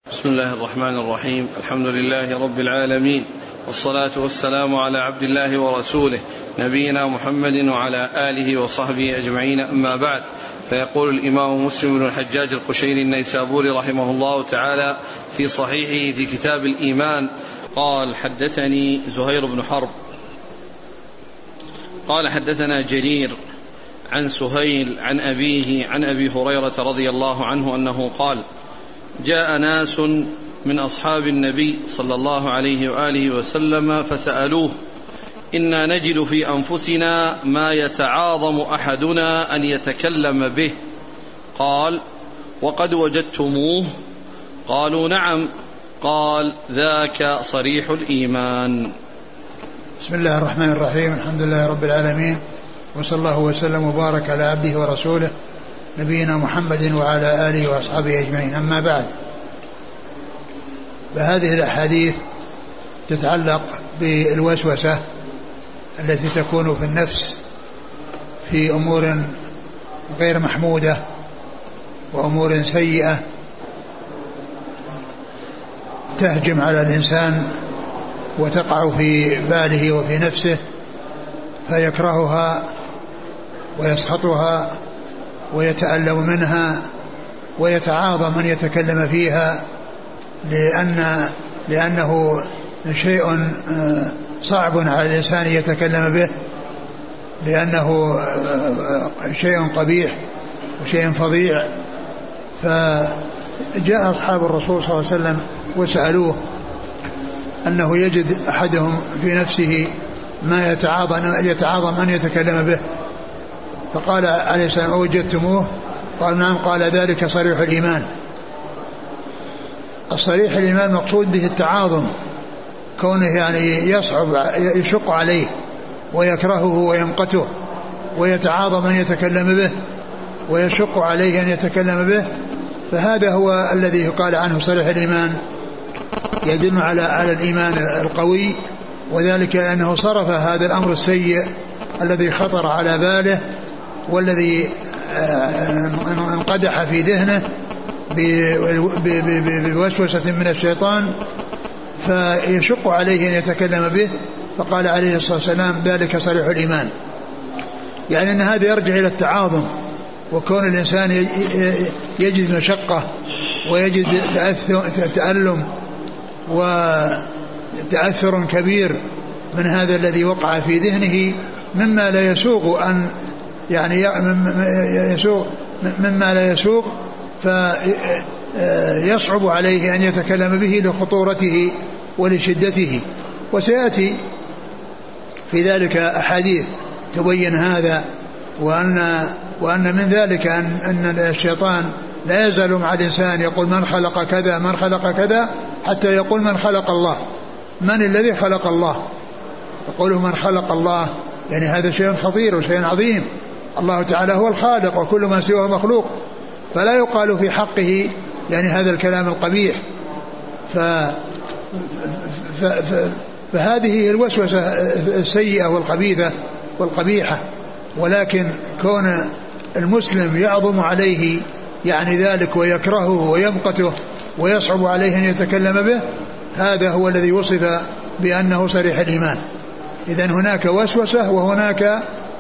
بسم الله الرحمن الرحيم. الحمد لله رب العالمين، والصلاة والسلام على عبد الله ورسوله نبينا محمد وعلى آله وصحبه أجمعين، أما بعد. فيقول الإمام مسلم بن الحجاج القشيري النيسابوري رحمه الله تعالى في صحيحه في كتاب الإيمان قال: حدثني زهير بن حرب قال حدثنا جرير عن سهيل عن أبيه عن أبي هريرة رضي الله عنه أنه قال: جاء ناس من أصحاب النبي صلى الله عليه وآله وسلم فسألوه: إنا نجد في أنفسنا ما يتعاظم أحدنا أن يتكلم به. قال: وقد وجدتموه؟ قالوا: نعم. قال: ذاك صريح الإيمان. بسم الله الرحمن الرحيم. الحمد لله رب العالمين، وصلى الله وسلم وبارك على عبده ورسوله نبينا محمد وعلى آله وأصحابه أجمعين، أما بعد. فهذه الأحاديث تتعلق بالوسوسة التي تكون في النفس في أمور غير محمودة وأمور سيئة تهجم على الإنسان وتقع في باله وفي نفسه فيكرهها ويسخطها ويتألم منها ويتعاظم أن يتكلم فيها لأنه شيء صعب على الإنسان يتكلم به، لأنه شيء قبيح وشيء فظيع. فجاء أصحاب الرسول صلى الله عليه وسلم وسألوه أنه يجد أحدهم في نفسه ما يتعاظم أن يتكلم به، فقال عليه السلام: أوجدتموه؟ قال: نعم. قال: ذلك صريح الإيمان. الصريح الإيمان مقصود به التعاظم، كونه يعني يشق عليه ويكرهه ويمقته ويتعاظم أن يتكلم به ويشق عليه أن يتكلم به، فهذا هو الذي يقال عنه صريح الإيمان، يدل على الإيمان القوي، وذلك أنه صرف هذا الأمر السيء الذي خطر على باله والذي انقدح في ذهنه بوسوسة من الشيطان، فيشق عليه أن يتكلم به. فقال عليه الصلاة والسلام: ذلك صريح الإيمان. يعني أن هذا يرجع إلى التعاظم، وكون الإنسان يجد مشقة ويجد تألم وتأثر كبير من هذا الذي وقع في ذهنه، مما لا يسوغ أن يعني مما لا يسوغ، فيصعب عليه أن يتكلم به لخطورته ولشدته. وسيأتي في ذلك أحاديث تبين هذا، وأن من ذلك أن الشيطان لا يزال مع الإنسان يقول: من خلق كذا من خلق كذا، حتى يقول: من خلق الله؟ من الذي خلق الله؟ يقوله من خلق الله، يعني هذا شيء خطير وشيء عظيم. الله تعالى هو الخالق وكل ما سواه مخلوق، فلا يقال في حقه يعني هذا الكلام القبيح. فهذه هي الوسوسة السيئة والخبيثة والقبيحة. ولكن كون المسلم يعظم عليه يعني ذلك ويكرهه ويمقته ويصعب عليه أن يتكلم به، هذا هو الذي وصف بأنه صريح الإيمان. إذن هناك وسوسة وهناك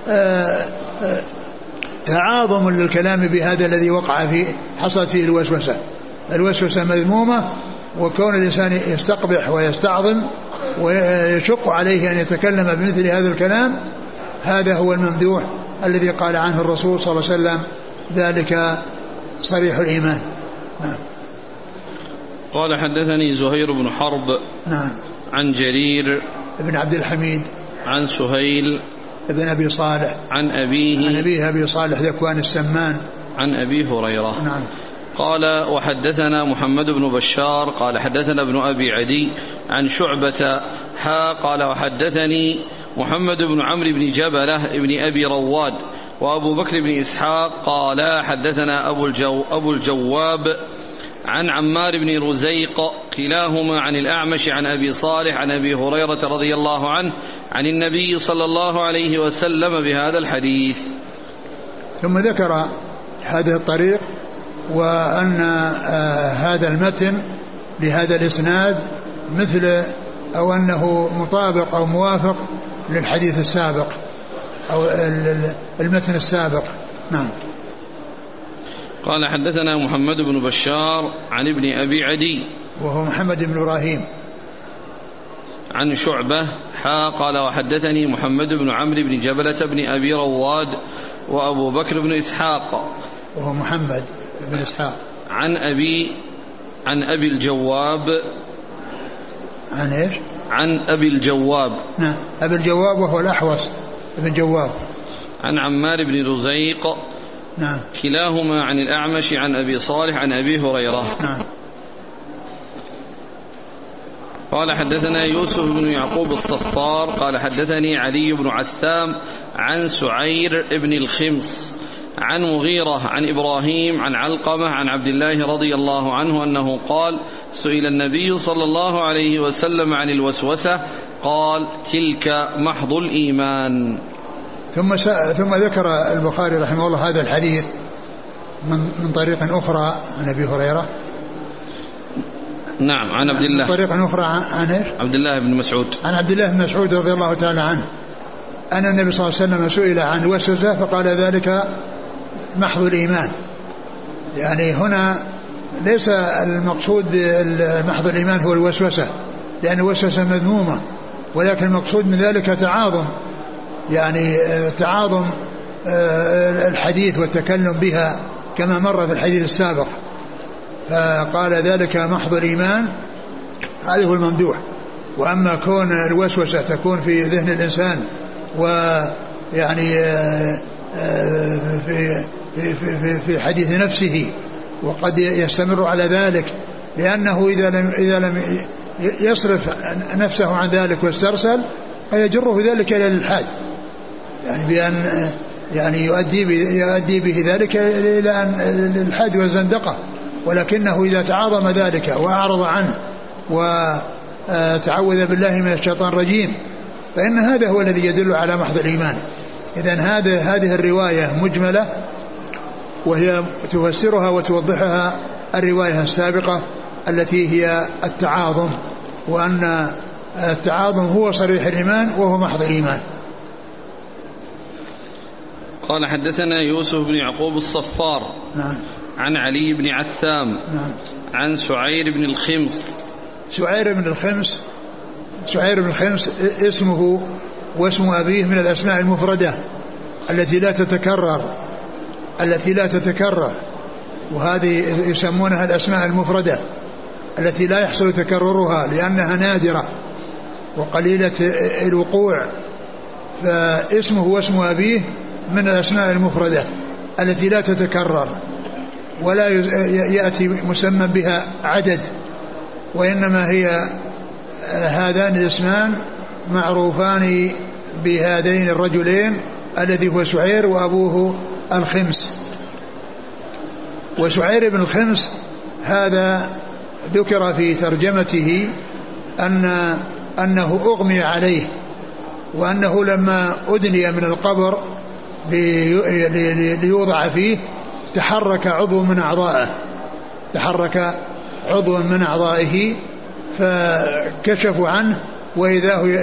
تعاظم للكلام بهذا الذي وقع فيه، حصلت فيه الوسوسة مذمومة، وكون الإنسان يستقبح ويستعظم ويشق عليه أن يتكلم بمثل هذا الكلام، هذا هو الممدوح الذي قال عنه الرسول صلى الله عليه وسلم: ذلك صريح الإيمان. نعم. قال: حدثني زهير بن حرب. نعم. عن جرير ابن عبد الحميد عن سهيل ابن أبي صالح عن أبيه أبي صالح ذكوان السمان عن أبي هريرة. نعم. قال: وحدثنا محمد بن بشار قال حدثنا ابن أبي عدي عن شعبة قال: وحدثني محمد بن عمرو بن جبلة ابن أبي رواد وأبو بكر بن إسحاق قال حدثنا أبو الجواب عن عمار بن رزيق كلاهما عن الأعمش عن أبي صالح عن أبي هريرة رضي الله عنه عن النبي صلى الله عليه وسلم بهذا الحديث. ثم ذكر هذا الطريق، وأن هذا المتن لهذا الإسناد مثل أو أنه مطابق أو موافق للحديث السابق أو المتن السابق. نعم. قال حدثنا محمد بن بشار عن ابن أبي عدي وهو محمد بن إبراهيم عن شعبة قال وحدثني محمد بن عمرو بن جبلة بن أبي رواد وأبو بكر بن إسحاق وهو محمد بن إسحاق عن أبي الجواب عن إيش؟ عن أبي الجواب. نعم أبي الجواب وهو الأحوص ابن جواب. عن عمار بن رزيق. نعم. كلاهما عن الأعمش عن أبي صالح عن أبي هريرة. نعم. قال حدثنا يوسف بن يعقوب الصفار قال حدثني علي بن عثام عن سعير بن الخمس عن مغيرة عن إبراهيم عن علقمة عن عبد الله رضي الله عنه أنه قال سئل النبي صلى الله عليه وسلم عن الوسوسة قال تلك محض الإيمان. ثم ذكر البخاري رحمه الله هذا الحديث من طريق أخرى عن أبي هريرة. نعم عن عبد الله. طريق أخرى عن إيش؟ عبد الله بن مسعود. عن عبد الله بن مسعود رضي الله تعالى عنه أن النبي صلى الله عليه وسلم سئل عن الوسوسة فقال ذلك محض الإيمان. يعني هنا ليس المقصود بمحض الإيمان هو الوسوسة لأن الوسوسة مذمومة، ولكن المقصود من ذلك تعاظم، يعني تعاظم الحديث والتكلم بها كما مر في الحديث السابق، فقال ذلك محض الإيمان. هذا هو الممدوح. وأما كون الوسوسة تكون في ذهن الإنسان ويعني في حديث نفسه وقد يستمر على ذلك، لأنه إذا لم يصرف نفسه عن ذلك واسترسل فيجره ذلك إلى الإلحاد، يعني بأن يعني يؤدي به ذلك إلى الإلحاد والزندقة. ولكنه إذا تعاظم ذلك وأعرض عنه وتعوذ بالله من الشيطان الرجيم فإن هذا هو الذي يدل على محض الإيمان. إذن هذه الرواية مجملة وهي تفسرها وتوضحها الرواية السابقة التي هي التعاظم، وأن التعاظم هو صريح الإيمان وهو محض الإيمان. قال حدثنا يوسف بن يعقوب الصفار. نعم. عن علي بن عثام. نعم. عن سعير بن الخمس. سعير بن الخمس اسمه واسم أبيه من الأسماء المفردة التي لا تتكرر، وهذه يسمونها الأسماء المفردة التي لا يحصل تكررها لأنها نادرة وقليلة الوقوع، فاسمه واسم أبيه من الأسماء المفردة التي لا تتكرر ولا يأتي مسمى بها عدد، وإنما هي هذان الاسمان معروفان بهذين الرجلين الذي هو سعير وأبوه الخمس. وسعير بن الخمس هذا ذكر في ترجمته أنه أغمي عليه، وأنه لما أدني من القبر ليوضع فيه تحرك عضو من أعضائه فكشفوا عنه وإذا هو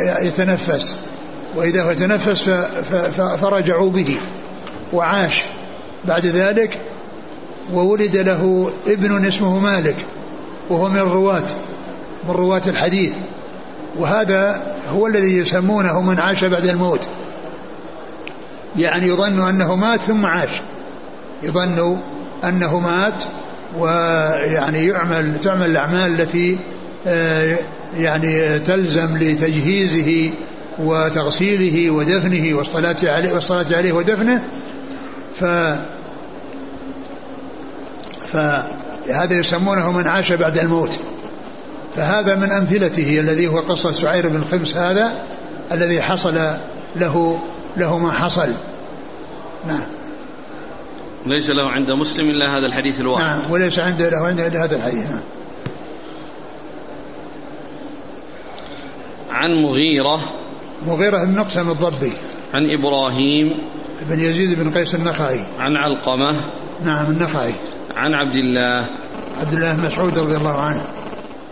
يتنفس فرجعوا به وعاش بعد ذلك، وولد له ابن اسمه مالك وهو من رواة الحديث، وهذا هو الذي يسمونه من عاش بعد الموت، يعني يظن أنه مات ثم عاش، يظن أنه مات ويعني تعمل الأعمال التي يعني تلزم لتجهيزه وتغسيله ودفنه والصلاة عليه ودفنه، فهذا يسمونه من عاش بعد الموت. فهذا من أمثلته الذي هو قصة سعير بن الخمس هذا الذي حصل له ما حصل. نعم. ليس له عند مسلم إلا هذا الحديث الواحد. نعم، وليس له إلا هذا الحديث. نعم. عن مغيرة بن مقسم الضبي. عن إبراهيم بن يزيد بن قيس النخعي. عن علقمة. نعم النخعي. عن عبد الله بن مسعود رضي الله عنه.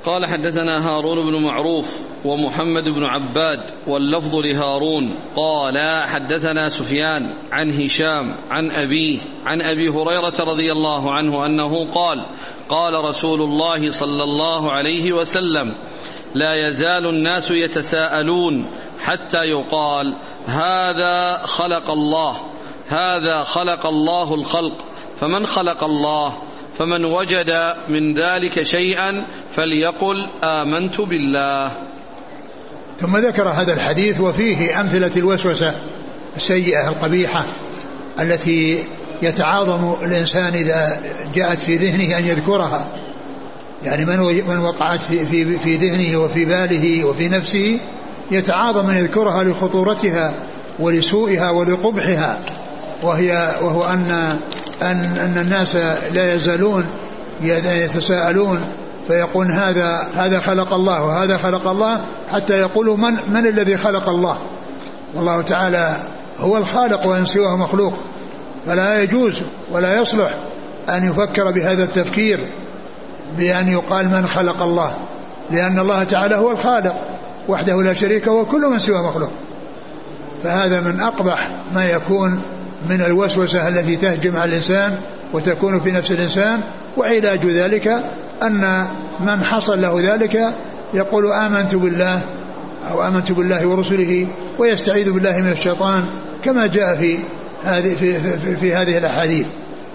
قال حدثنا هارون بن معروف ومحمد بن عباد واللفظ لهارون قال حدثنا سفيان عن هشام عن أبيه عن أبي هريرة رضي الله عنه أنه قال قال رسول الله صلى الله عليه وسلم لا يزال الناس يتساءلون حتى يقال هذا خلق الله الخلق فمن خلق الله فمن وجد من ذلك شيئا فليقل آمنت بالله. ثم ذكر هذا الحديث وفيه أمثلة الوسوسة السيئة القبيحة التي يتعاظم الإنسان إذا جاءت في ذهنه أن يذكرها، يعني من وقعت في ذهنه وفي باله وفي نفسه يتعاظم أن يذكرها لخطورتها ولسوءها ولقبحها، وهو أن الناس لا يزالون يتساءلون فيقول هذا خلق الله وهذا خلق الله، حتى يقولوا من الذي خلق الله؟ والله تعالى هو الخالق وإن سواه مخلوق، فلا يجوز ولا يصلح أن يفكر بهذا التفكير بأن يقال من خلق الله، لأن الله تعالى هو الخالق وحده لا شريك وكل من سواه مخلوق. فهذا من أقبح ما يكون من الوسوسة التي تهجم على الإنسان وتكون في نفس الإنسان. وعلاج ذلك أن من حصل له ذلك يقول آمنت بالله أو آمنت بالله ورسله ويستعيذ بالله من الشيطان، كما جاء في هذه الأحاديث.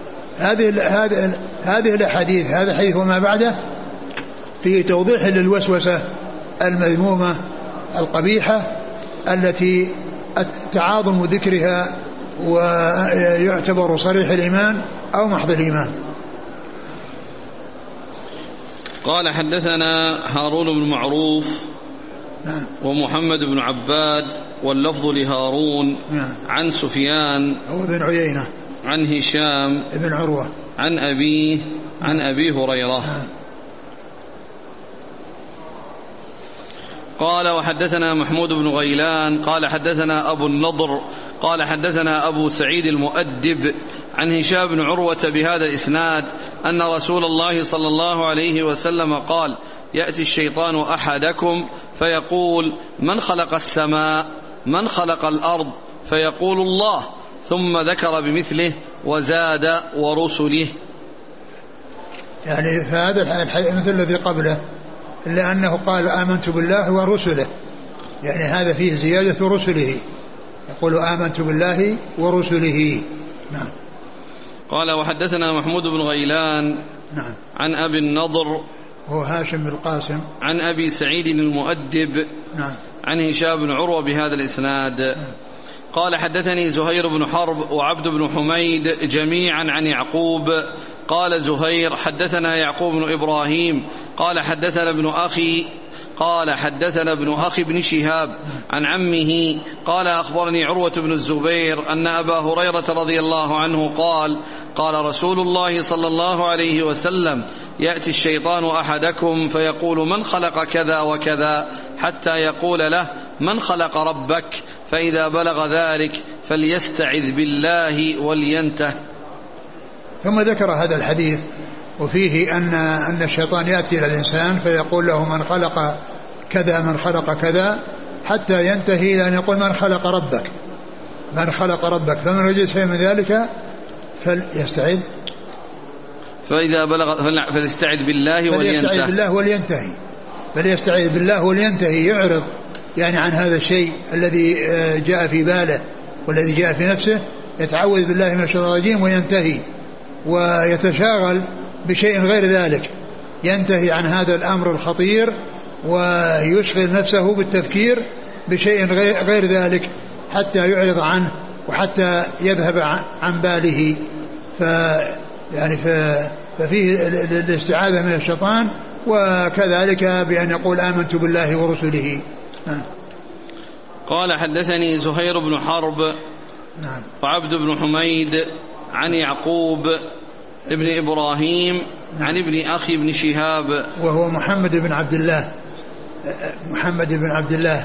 هذه الأحاديث هذا الحديث وما بعده في توضيح للوسوسة المذمومة القبيحة التي تعاظم ذكرها ويعتبر صريح الإيمان أو محض الإيمان. قال حدثنا هارون بن معروف نعم. ومحمد بن عباد واللفظ لهارون نعم. عن سفيان هو بن عيينة عن هشام ابن عروة عن أبيه عن أبي هريرة نعم. قال وحدثنا محمود بن غيلان قال حدثنا أبو النضر قال حدثنا أبو سعيد المؤدب عن هشام بن عروة بهذا الإسناد أن رسول الله صلى الله عليه وسلم قال يأتي الشيطان أحدكم فيقول من خلق السماء من خلق الأرض فيقول الله ثم ذكر بمثله وزاد ورسله. يعني فهذا مثل الذي قبله إلا أنه قال آمنت بالله ورسله، يعني هذا فيه زيادة رسله، يقول آمنت بالله ورسله. نعم. قال وحدثنا محمود بن غيلان نعم. عن أبي النضر هو هاشم بن القاسم عن أبي سعيد المؤدب نعم. عن هشام بن عروة بهذا الإسناد. نعم. قال حدثني زهير بن حرب وعبد بن حميد جميعا عن يعقوب قال زهير حدثنا يعقوب بن إبراهيم قال حدثنا ابن أخي بن شهاب عن عمه قال أخبرني عروة بن الزبير أن أبا هريرة رضي الله عنه قال قال رسول الله صلى الله عليه وسلم يأتي الشيطان أحدكم فيقول من خلق كذا وكذا حتى يقول له من خلق ربك فإذا بلغ ذلك فليستعذ بالله ولينته. ثم ذكر هذا الحديث وفيه أن الشيطان يأتي إلى الإنسان فيقول له من خلق كذا من خلق كذا حتى ينتهي إلى أن يقول من خلق ربك فمن وجد شيء من ذلك فليستعذ فإذا بلغ فليستعذ بالله ولينتهي يعرض يعني عن هذا الشيء الذي جاء في باله والذي جاء في نفسه، يتعوذ بالله من الشيطان الرجيم وينتهي ويتشاغل بشيء غير ذلك، ينتهي عن هذا الأمر الخطير ويشغل نفسه بالتفكير بشيء غير ذلك حتى يعرض عنه وحتى يذهب عن باله. ففيه الاستعاذة من الشيطان، وكذلك بأن يقول آمنت بالله ورسله. قال حدثني زهير بن حرب نعم. وعبد بن حميد عن يعقوب ابن إبراهيم عن ابن أخي بن شهاب وهو محمد بن عبد الله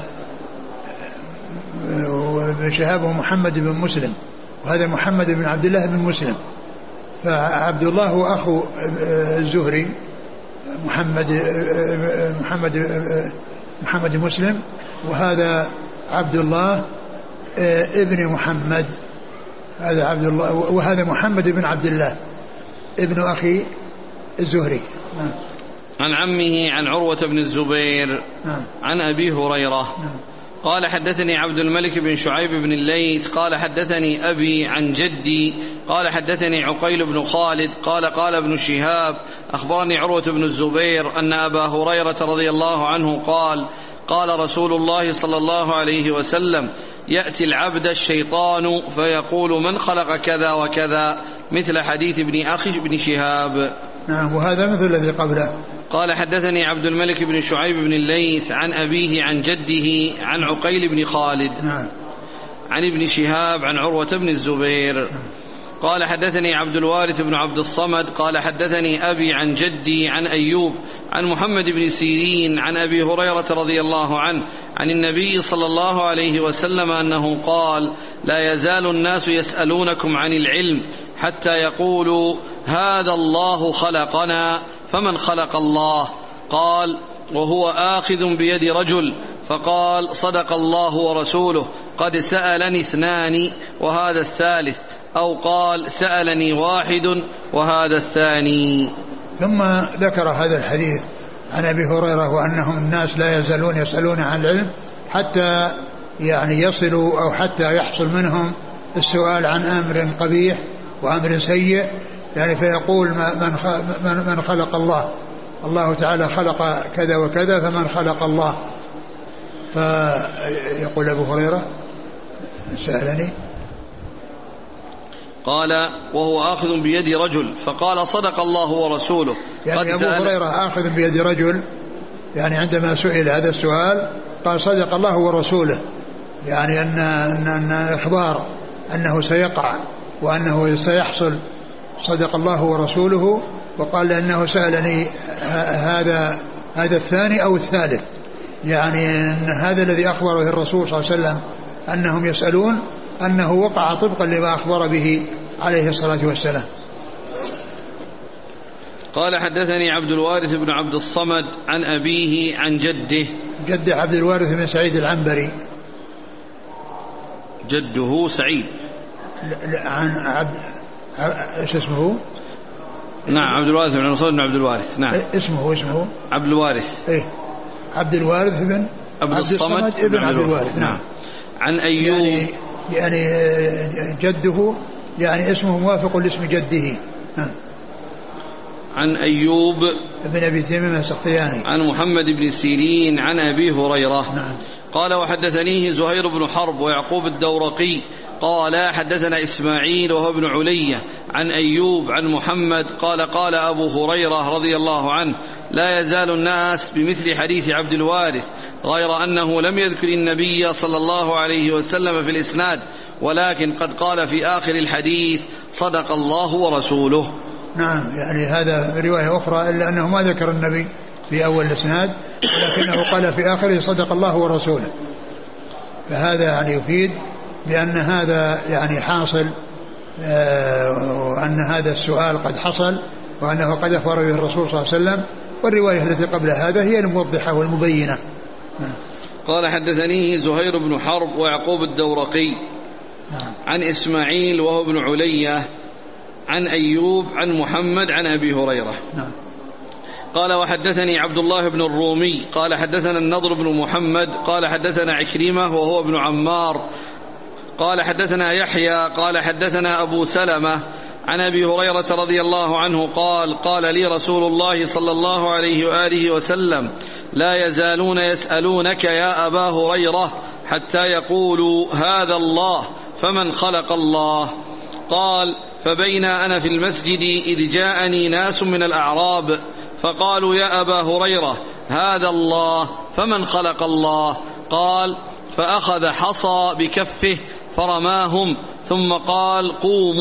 وابن شهاب هو محمد بن مسلم، وهذا محمد بن عبد الله بن مسلم. فعبد الله هو أخو الزهري محمد مسلم، وهذا عبد الله ابن محمد، هذا عبد الله، وهذا محمد بن عبد الله ابن أخي الزهري. عن عمه عن عروة بن الزبير عن أبي هريرة قال حدثني عبد الملك بن شعيب بن الليث قال حدثني أبي عن جدي قال حدثني عقيل بن خالد قال قال ابن شهاب أخبرني عروة بن الزبير أن أبا هريرة رضي الله عنه قال قال رسول الله صلى الله عليه وسلم يأتي العبد الشيطان فيقول من خلق كذا وكذا مثل حديث ابن أخي بن شهاب. نعم، وهذا مثل الذي قبله. قال حدثني عبد الملك بن شعيب بن الليث عن أبيه عن جده عن عقيل بن خالد عن ابن شهاب عن عروة بن الزبير قال حدثني عبد الوارث بن عبد الصمد قال حدثني أبي عن جدي عن أيوب عن محمد بن سيرين عن أبي هريرة رضي الله عنه عن النبي صلى الله عليه وسلم أنه قال لا يزال الناس يسألونكم عن العلم حتى يقولوا هذا الله خلقنا فمن خلق الله؟ قال وهو آخذ بيد رجل، فقال صدق الله ورسوله قد سألني اثنان وهذا الثالث، أو قال سألني واحد وهذا الثاني. ثم ذكر هذا الحديث عن أبي هريرة وأنهم الناس لا يزالون يسألون عن العلم حتى يعني يصلوا أو حتى يحصل منهم السؤال عن أمر قبيح وأمر سيء، يعني فيقول من خلق الله، الله تعالى خلق كذا وكذا فمن خلق الله، فيقول أبو هريرة سألني قال وهو آخذ بيد رجل، فقال صدق الله ورسوله. يعني أبو هريرة آخذ بيد رجل، يعني عندما سئل هذا السؤال قال صدق الله ورسوله، يعني أن إخبار أنه سيقع وأنه سيحصل صدق الله ورسوله، وقال لأنه سألني هذا الثاني أو الثالث، يعني أن هذا الذي أخبر به الرسول صلى الله عليه وسلم أنهم يسألون أنه وقع طبقا لما أخبر به عليه الصلاة والسلام. قال حدثني عبد الوارث بن عبد الصمد عن أبيه عن جده. جده عبد الوارث بن سعيد العنبري. جده سعيد. عن عبد ايش اسمه؟ نعم عبد الوارث بن نصر بن عبد الوارث. نعم اسمه عبد الوارث. عبد الوارث بن عبد الصمد ابن عبد الوارث. نعم. عن أيوب يعني جده يعني اسمه موافق لاسم جده. عن أيوب بن أبي تميم السختياني عن محمد بن سيرين عن أبي هريرة. نعم. قال وحدثنيه زهير بن حرب ويعقوب الدورقي قال حدثنا إسماعيل وهو ابن علية عن أيوب عن محمد قال قال أبو هريرة رضي الله عنه لا يزال الناس بمثل حديث عبد الوارث، غير أنه لم يذكر النبي صلى الله عليه وسلم في الإسناد، ولكن قد قال في آخر الحديث صدق الله ورسوله. نعم، يعني هذا رواية أخرى إلا أنه ما ذكر النبي في أول الإسناد، ولكنه قال في آخره صدق الله ورسوله، فهذا يعني يفيد بأن هذا يعني حاصل، وأن هذا السؤال قد حصل وأنه قد أخبر به الرسول صلى الله عليه وسلم، والرواية التي قبل هذا هي الموضحة والمبينة. قال حدثنيه زهير بن حرب ويعقوب الدورقي عن إسماعيل وهو ابن علية عن أيوب عن محمد عن أبي هريرة. قال وحدثني عبد الله بن الرومي قال حدثنا النضر بن محمد قال حدثنا عكرمة وهو ابن عمار قال حدثنا يحيى قال حدثنا أبو سلمة عن أبي هريرة رضي الله عنه قال قال لي رسول الله صلى الله عليه وآله وسلم لا يزالون يسألونك يا أبا هريرة حتى يقولوا هذا الله فمن خلق الله؟ قال فبين أنا في المسجد إذ جاءني ناس من الأعراب فقالوا يا أبا هريرة هذا الله فمن خلق الله؟ قال فأخذ حصى بكفه فرماهم ثم قال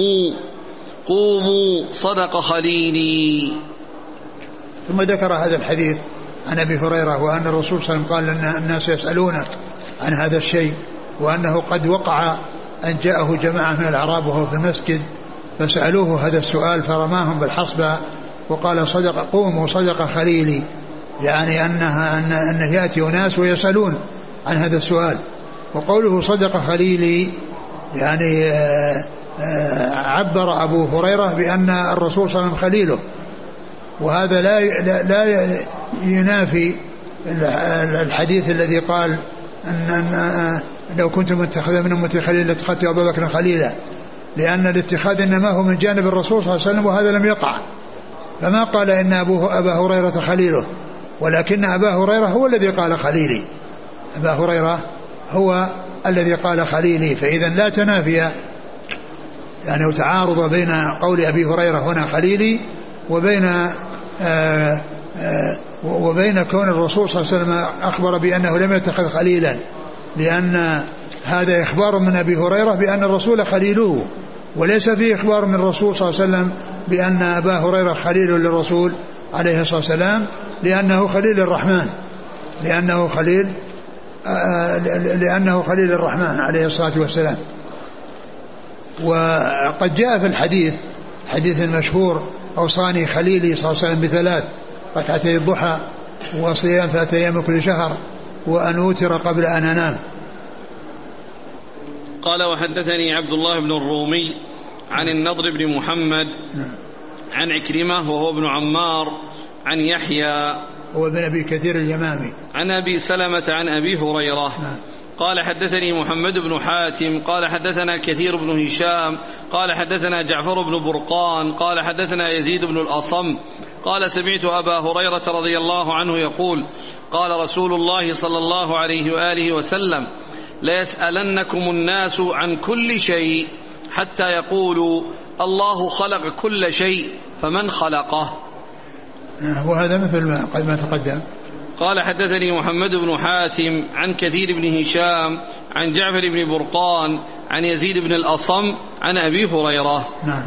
قوموا صدق خليلي. ثم ذكر هذا الحديث عن أبي هريرة وأن الرسول صلى الله عليه وسلم قال أن الناس يسألونه عن هذا الشيء، وأنه قد وقع أن جاءه جماعة من الأعراب وهو في المسجد فسألوه هذا السؤال فرماهم بالحصبة وقال صدق قوم وصدق خليلي، يعني أنه يأتي أناس ويسألون عن هذا السؤال. وقوله صدق خليلي يعني عبر أبو هريرة بأن الرسول صلى الله عليه وسلم خليله، وهذا لا ينافي الحديث الذي قال أن لو كنت متخذا من أمتي خليلا لاتخذت أبا بكر خليلا، لأن الاتخاذ إنما هو من جانب الرسول صلى الله عليه وسلم وهذا لم يقع. فما قال إن أبا هريرة خليله، ولكن أبا هريرة هو الذي قال خليلي، أبا هريرة هو الذي قال خليلي. فإذا لا تنافي يعني تعارض بين قول أبي هريرة هنا خليلي وبين كون الرسول صلى الله عليه وسلم أخبر بأنه لم يتخذ خليلا، لأن هذا إخبار من أبي هريرة بأن الرسول خليله، وليس فيه إخبار من الرسول صلى الله عليه وسلم بأن أبا هريرة خليل للرسول عليه الصلاة والسلام، لأنه خليل الرحمن، لأنه خليل الرحمن عليه الصلاة والسلام. وقد جاء في الحديث حديث المشهور أوصاني خليلي صلى الله عليه وسلم ب3 ركعتي الضحى وصيام 3 أيام كل شهر وأن أوتر قبل أن أنام. قال وحدثني عبد الله بن الرومي عن النضر بن محمد عن عكرمة وهو ابن عمار عن يحيى هو ابن أبي كثير اليمامي عن أبي سلمة عن أبي هريرة قال حدثني محمد بن حاتم قال حدثنا كثير بن هشام قال حدثنا جعفر بن برقان قال حدثنا يزيد بن الأصم قال سمعت أبا هريرة رضي الله عنه يقول قال رسول الله صلى الله عليه وآله وسلم ليسألنكم الناس عن كل شيء حتى يقولوا الله خلق كل شيء فمن خلقه. وهذا مثل ما تقدم. قال حدثني محمد بن حاتم عن كثير بن هشام عن جعفر بن برقان عن يزيد بن الأصم عن أبي هريرة. نعم.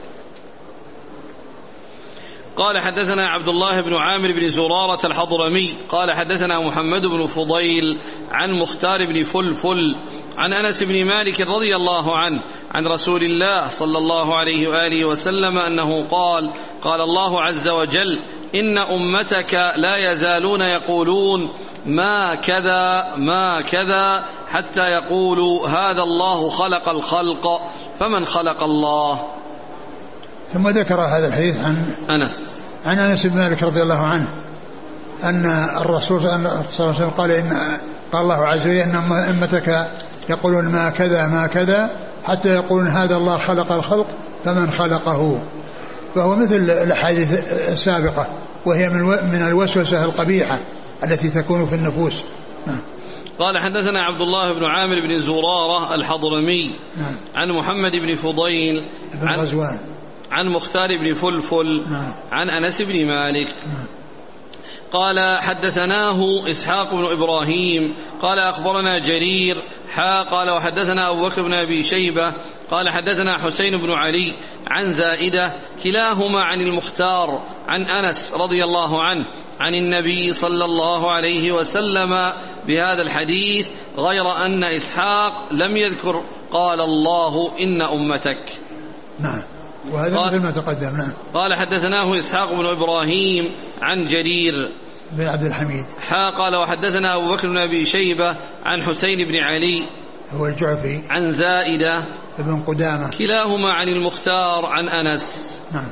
قال حدثنا عبد الله بن عامر بن زرارة الحضرمي قال حدثنا محمد بن فضيل عن مختار بن فلفل عن أنس بن مالك رضي الله عنه عن رسول الله صلى الله عليه وآله وسلم أنه قال قال الله عز وجل إن أمتك لا يزالون يقولون ما كذا ما كذا حتى يقولوا هذا الله خلق الخلق فمن خلق الله. ثم ذكر هذا الحديث عن أنس بن مالك رضي الله عنه أن الرسول صلى الله عليه وسلم قال الله عز وجل إن أمتك يقولون ما كذا ما كذا حتى يقولون هذا الله خلق الخلق فمن خلقه. فهو مثل الأحاديث السابقة وهي من الوسوسة القبيحة التي تكون في النفوس. قال حدثنا عبد الله بن عامر بن زرارة الحضرمي عن محمد بن فضيل بن غزوان عن مختار بن فلفل عن أنس بن مالك قال حدثناه إسحاق بن إبراهيم قال أخبرنا جرير قال وحدثنا أبو بكر بن أبي شيبة قال حدثنا حسين بن علي عن زائدة كلاهما عن المختار عن أنس رضي الله عنه عن النبي صلى الله عليه وسلم بهذا الحديث غير أن إسحاق لم يذكر قال الله إن أمتك. نعم. وهذا مثل ما تقدم. نعم. قال حدثناه إسحاق بن إبراهيم عن جرير بن عبد الحميد قال وحدثنا أبو بكر بن أبي شيبة عن حسين بن علي هو الجعفي عن زائدة ابن قدامة كلاهما عن المختار عن أنس. نعم.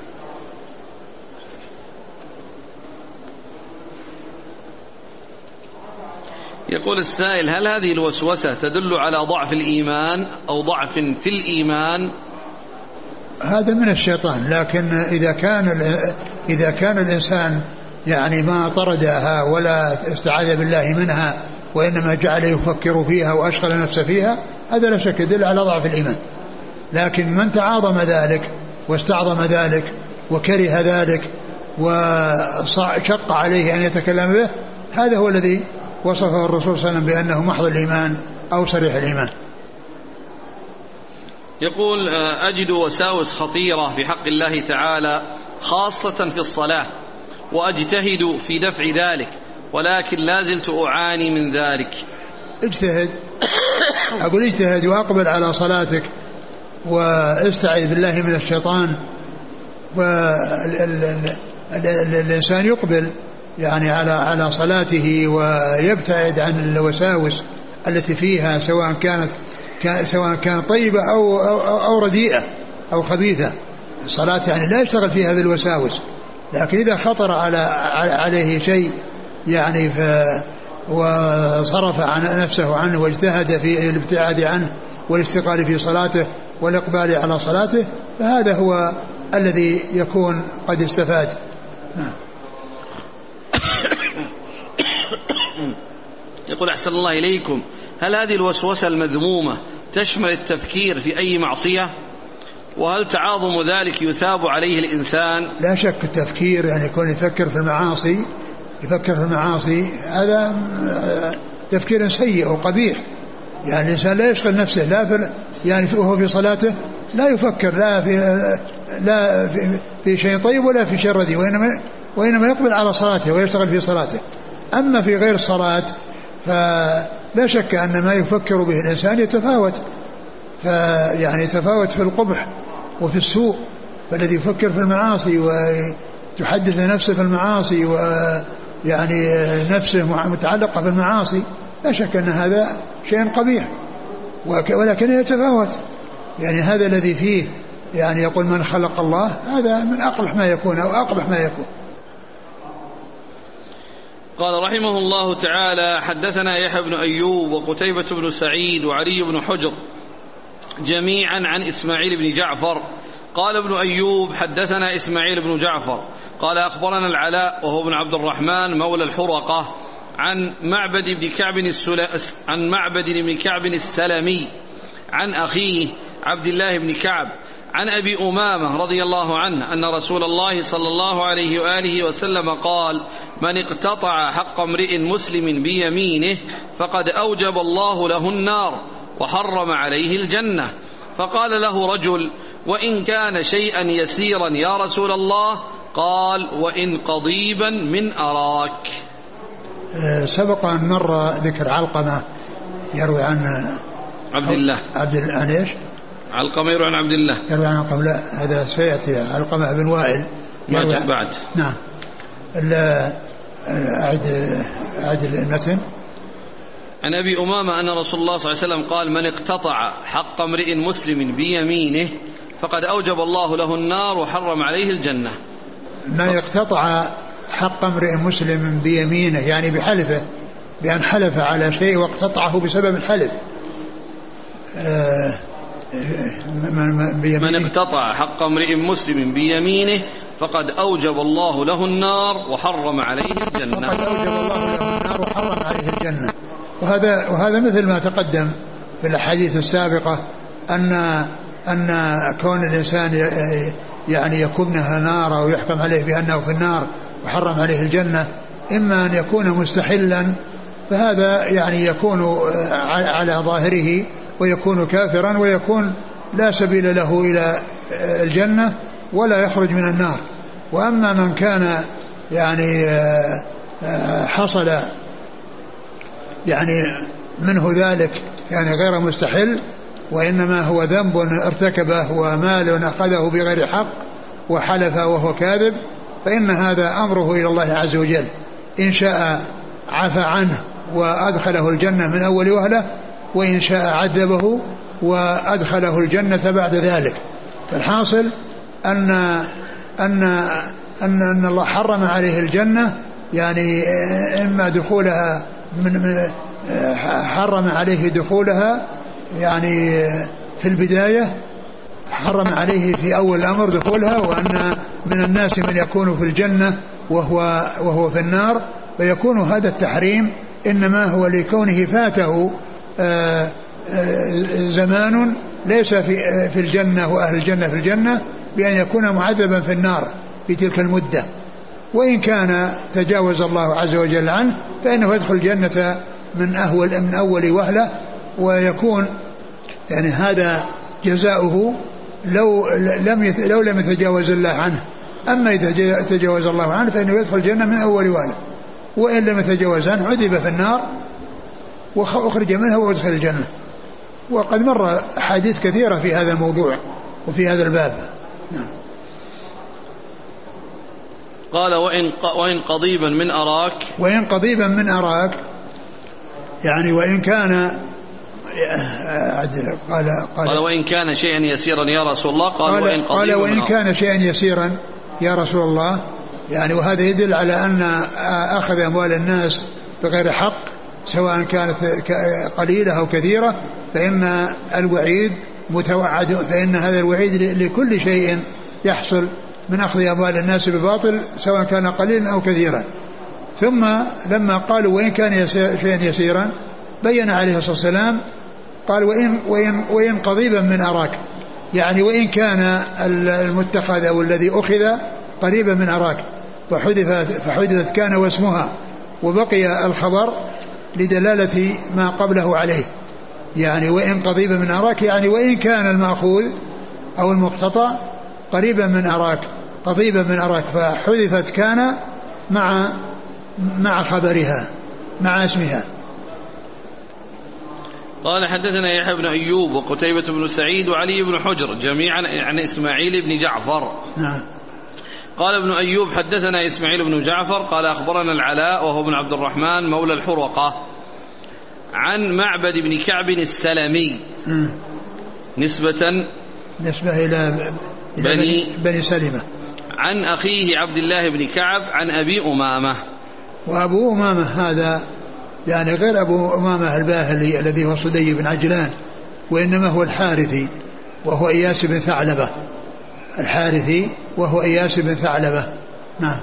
يقول السائل هل هذه الوسوسة تدل على ضعف الإيمان أو ضعف في الإيمان؟ هذا من الشيطان، لكن إذا كان الإنسان يعني ما طردها ولا استعاذ بالله منها وإنما جعل يفكر فيها وأشغل نفسه فيها، هذا لا شك يدل على ضعف الإيمان. لكن من تعاظم ذلك واستعظم ذلك وكره ذلك وشق عليه أن يتكلم به، هذا هو الذي وصفه الرسول صلى الله عليه وسلم بأنه محض الإيمان أو صريح الإيمان. يقول أجد وساوس خطيرة في حق الله تعالى خاصة في الصلاة وأجتهد في دفع ذلك ولكن لا زلت أعاني من ذلك. اجتهد، أقول اجتهد وأقبل على صلاتك واستعذ بالله من الشيطان. الإنسان يقبل يعني على صلاته ويبتعد عن الوساوس التي فيها سواء كانت طيبة أو رديئة أو خبيثة. الصلاة يعني لا يشتغل فيها بالوساوس، لكن إذا خطر عليه شيء يعني وصرف عن نفسه عنه واجتهد في الابتعاد عنه والاستقال في صلاته والإقبال على صلاته، فهذا هو الذي يكون قد استفاد. يقول أحسن الله إليكم، هل هذه الوسوسة المذمومة تشمل التفكير في أي معصية؟ وهل تعاظم ذلك يثاب عليه الإنسان؟ لا شك التفكير يعني يكون يفكر في المعاصي هذا تفكير سيء وقبيح. يعني الإنسان لا يشغل نفسه لا يعني وهو في صلاته لا يفكر لا في شيء طيب ولا في شيء رديء، وإنما يقبل على صلاته ويشتغل في صلاته. أما في غير الصلاة فلا شك أن ما يفكر به الإنسان يتفاوت، فيعني يتفاوت في القبح وفي السوء. فالذي يفكر في المعاصي وتحدث نفسه في المعاصي ويعني نفسه متعلقة بالمعاصي لا شك أن هذا شيء قبيح، ولكن يتفاوت. يعني هذا الذي فيه يعني يقول من خلق الله، هذا من أقبح ما يكون أو أقبح ما يكون. قال رحمه الله تعالى: حدثنا يحيى بن أيوب وقتيبة بن سعيد وعلي بن حجر جميعا عن إسماعيل بن جعفر. قال ابن أيوب: حدثنا إسماعيل بن جعفر قال أخبرنا العلاء وهو بن عبد الرحمن مولى الحرقة عن معبد بن كعب السلمي عن أخيه عبد الله بن كعب عن أبي أمامة رضي الله عنه أن رسول الله صلى الله عليه وآله وسلم قال: من اقتطع حق امرئ مسلم بيمينه فقد أوجب الله له النار وحرم عليه الجنة. فقال له رجل: وإن كان شيئا يسيرا يا رسول الله؟ قال: وإن قضيبا من أراك. سبق أن مر ذكر علقمة يروي عن عبد الله عن إيش؟ علقمة يروي عن عبد الله، يروي عن علقمة. لا، هذا سيأتي. علقمة بن وائل يروي بعد. نعم. أعد المتن. عن أبي أمامة أن رسول الله صلى الله عليه وسلم قال: من اقتطع حق امرئ مسلم بيمينه فقد أوجب الله له النار وحرم عليه الجنة. ما يقتطع حق امرئ مسلم بيمينه يعني بحلفه، بأن حلف على شيء واقتطعه بسبب الحلف. من اقتطع حق امرئ مسلم بيمينه فقد أوجب الله له النار وحرم عليه الجنة. فقد أوجب الله له النار وحرم عليه الجنة. وهذا مثل ما تقدم في الأحاديث السابقة أن كون الإنسان يعني يكونها نار أو يحكم عليه بأنه في النار وحرم عليه الجنة، إما أن يكون مستحلا فهذا يعني يكون على ظاهره ويكون كافرا ويكون لا سبيل له إلى الجنة ولا يخرج من النار. وأما من كان يعني حصل يعني منه ذلك يعني غير مستحل، وإنما هو ذنب ارتكبه ومال أخذه بغير حق وحلف وهو كاذب، فإن هذا أمره إلى الله عز وجل، إن شاء عفى عنه وأدخله الجنة من أول وهلة، وإن شاء عذبه وأدخله الجنة بعد ذلك. فالحاصل أن الله حرم عليه الجنة، يعني إما دخولها حرم عليه دخولها يعني في البداية، حرم عليه في أول الأمر دخولها، وأن من الناس من يكون في الجنة وهو في النار، فيكون هذا التحريم إنما هو لكونه فاته زمان ليس في الجنة وأهل الجنة في الجنة، بأن يكون معذبا في النار في تلك المدة. وإن كان تجاوز الله عز وجل عنه فإنه يدخل الجنة من أول وهلة، ويكون يعني هذا جزاؤه لو لم يتجاوز الله عنه. أما إذا تجاوز الله عنه فإنه يدخل الجنة من أول وهلة، وإن لم يتجاوز عنه عذب في النار وأخرج منها وأدخل الجنة. وقد مر أحاديث كثيرة في هذا الموضوع وفي هذا الباب. قال وإن قضيبا من أراك، وإن قضيبا من أراك يعني وإن كان قال وإن كان شيئا يسيرا يا رسول الله، قال وإن كان شيئا يسيرا يا رسول الله، يعني وهذا يدل على أن أخذ أموال الناس بغير حق سواء كانت قليلة أو كثيرة فإن الوعيد متوعد، فإن هذا الوعيد لكل شيء يحصل من أخذ أموال الناس بباطل سواء كان قليلا أو كثيرا. ثم لما قالوا وإن كان شيئا يسيرا بين عليه الصلاة والسلام قال وإن قضيبا من أراك، يعني وإن كان المتخذ أو الذي أخذ قريبا من أراك فحدثت كان واسمها وبقي الخبر لدلالة ما قبله عليه، يعني وإن قضيبا من أراك يعني وإن كان المأخوذ أو المقتطع قريبا من أراك قضيبا من أراك، فحذفت كان مع خبرها مع اسمها. قال حدثنا يحيى بن أيوب وقتيبة بن سعيد وعلي بن حجر جميعا عن إسماعيل بن جعفر. نعم. قال ابن أيوب حدثنا إسماعيل بن جعفر قال أخبرنا العلاء وهو بن عبد الرحمن مولى الحرقة عن معبد بن كعب السلمي نسبة إلى بني سلمة عن أخيه عبد الله بن كعب عن أبي أمامة. وأبو أمامة هذا يعني غير أبو أمامة الباهلي الذي هو صدي بن عجلان، وإنما هو الحارثي وهو إياس بن ثعلبة، الحارثي وهو إياس بن ثعلبة. نعم.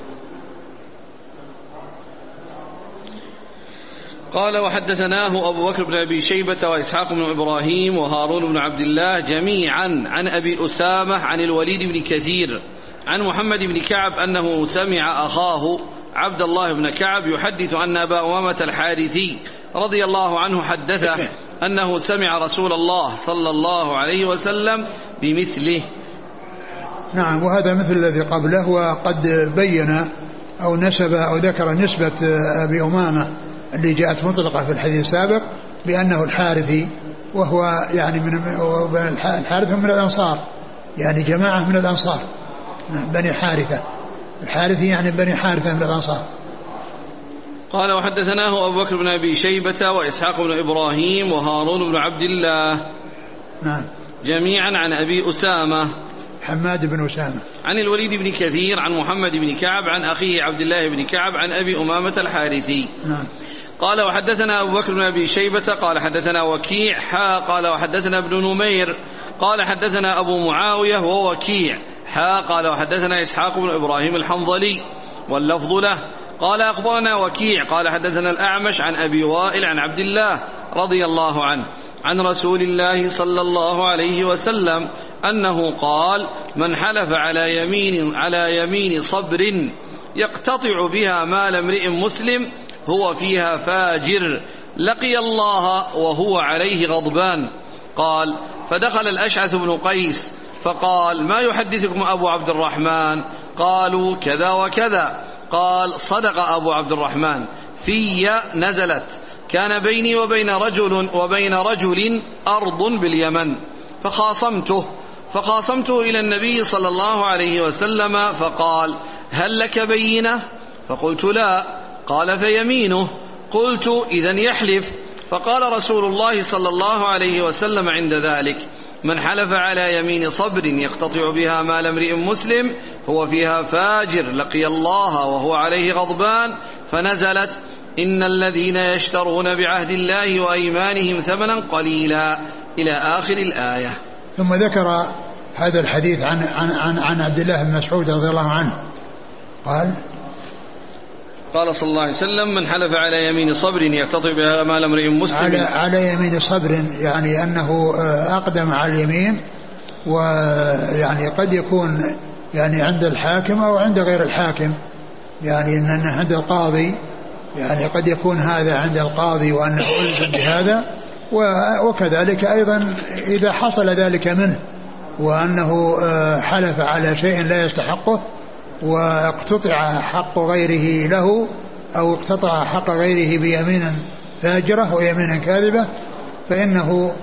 قال وحدثناه أبو بكر بن أبي شيبة وإسحاق بن إبراهيم وهارون بن عبد الله جميعا عن أبي أسامة عن الوليد بن كثير عن محمد بن كعب أنه سمع أخاه عبد الله بن كعب يحدث أن أبا أمامة الحارثي رضي الله عنه حدثه أنه سمع رسول الله صلى الله عليه وسلم بمثله. نعم. وهذا مثل الذي قبله، وقد بين أو نسب أو ذكر نسبة أبي أمامة اللي جاءت مطلقة في الحديث السابق بأنه الحارثي، وهو يعني الحارث من الأنصار، يعني جماعة من الأنصار بني حارثة، الحارثي يعني بني حارثة من الأنصار. قال وحدثناه أبو بكر بن أبي شيبة وإسحاق بن إبراهيم وهارون بن عبد الله نعم جميعا عن أبي أسامة حماد بن أسامة عن الوليد بن كثير عن محمد بن كعب عن أخيه عبد الله بن كعب عن أبي أمامة الحارثي. نعم. قال وحدثنا أبو بكر بن أبي شيبة قال حدثنا وكيع قال وحدثنا ابن نمير قال حدثنا أبو معاوية ووكيع قال وحدثنا إسحاق بن إبراهيم الحنظلي واللفظ له قال أخبرنا وكيع قال حدثنا الأعمش عن أبي وائل عن عبد الله رضي الله عنه عن رسول الله صلى الله عليه وسلم أنه قال من حلف على يمين صبر يقتطع بها مال امرئ مسلم هو فيها فاجر لقي الله وهو عليه غضبان. قال فدخل الأشعث بن قيس فقال ما يحدثكم أبو عبد الرحمن؟ قالوا كذا وكذا. قال صدق أبو عبد الرحمن في نزلت كان بيني وبين رجل أرض باليمن فخاصمته إلى النبي صلى الله عليه وسلم فقال هل لك بينة؟ فقلت لا. قال فيمينه. قلت إذن يحلف. فقال رسول الله صلى الله عليه وسلم عند ذلك من حلف على يمين صبر يقتطع بها مال امرئ مسلم هو فيها فاجر لقي الله وهو عليه غضبان. فنزلت إن الذين يشترون بعهد الله وأيمانهم ثمنا قليلا إلى آخر الآية. ثم ذكر هذا الحديث عن عبد الله بن مسعود رضي الله عنه قال صلى الله عليه وسلم من حلف على يمين صبر يقتطع بها مال امرئ مسلم على يمين صبر، يعني أنه أقدم على اليمين، ويعني قد يكون يعني عند الحاكم أو عند غير الحاكم، يعني أنه عند القاضي، يعني قد يكون هذا عند القاضي وأنه ألزم بهذا، وكذلك أيضا إذا حصل ذلك منه وأنه حلف على شيء لا يستحقه واقتطع حق غيره له أو اقتطع حق غيره بيمين فاجرة ويمين كاذبة فإنه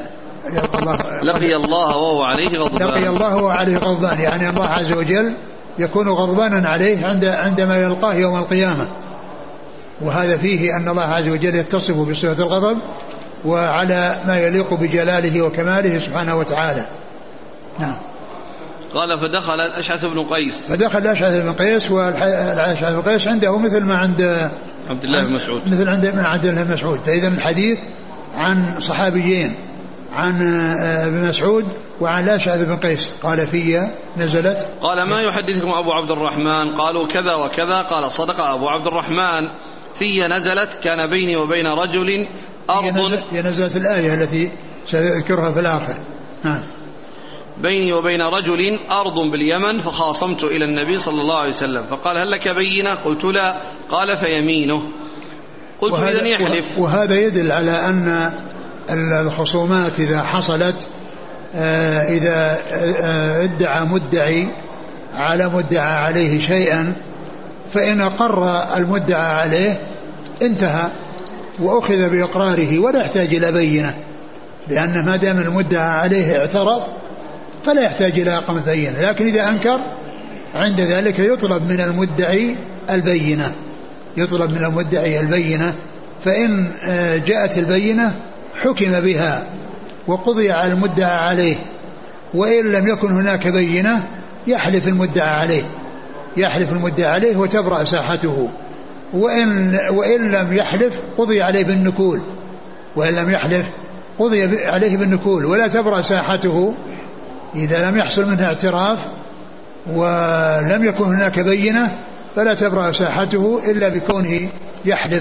لقي الله وهو عليه غضبان. لقي الله وهو عليه غضبان، يعني الله عز وجل يكون غضبانا عليه عندما يلقاه يوم القيامة. وهذا فيه أن الله عز وجل يتصف بصفة الغضب وعلى ما يليق بجلاله وكماله سبحانه وتعالى. نعم. قال فدخل الأشعث بن قيس. فدخل الأشعث بن قيس، والأشعث بن قيس عنده مثل ما عند عبد الله بن مسعود، مثل عند عبد الله بن مسعود. فإذا الحديث عن صحابيين، عن ابن مسعود وعن الأشعث بن قيس. قال في نزلت. قال ما يحدثكم أبو عبد الرحمن؟ قالوا كذا وكذا. قال صدق أبو عبد الرحمن، في نزلت كان بيني وبين رجل أرض. هي نزلت الآية التي سأذكرها في الآخر. بيني وبين رجل أرض باليمن فخاصمت إلى النبي صلى الله عليه وسلم فقال هل لك بينة؟ قلت لا. قال فيمينه. قلت إذن يحلف. وهذا يدل على أن الخصومات إذا حصلت، إذا ادعى مدعي على مدعى عليه شيئا، فإن أقر المدعى عليه انتهى وأخذ بإقراره ولا يحتاج إلى بينة، لأن ما دام المدعى عليه اعترض فلا يحتاج إلى إقامة بينة. لكن إذا أنكر عند ذلك يطلب من المدعي البينة، يطلب من المدعي البينة، فإن جاءت البينة حكم بها وقضي على المدعى عليه، وإن لم يكن هناك بينة يحلف المدعى عليه، يحلف المدعى عليه وتبرأ ساحته، وإن لم يحلف قضي عليه بالنكول، وإن لم يحلف قضي عليه بالنكول ولا تبرأ ساحته إذا لم يحصل منه اعتراف ولم يكن هناك بينة، فلا تبرأ ساحته إلا بكونه يحلف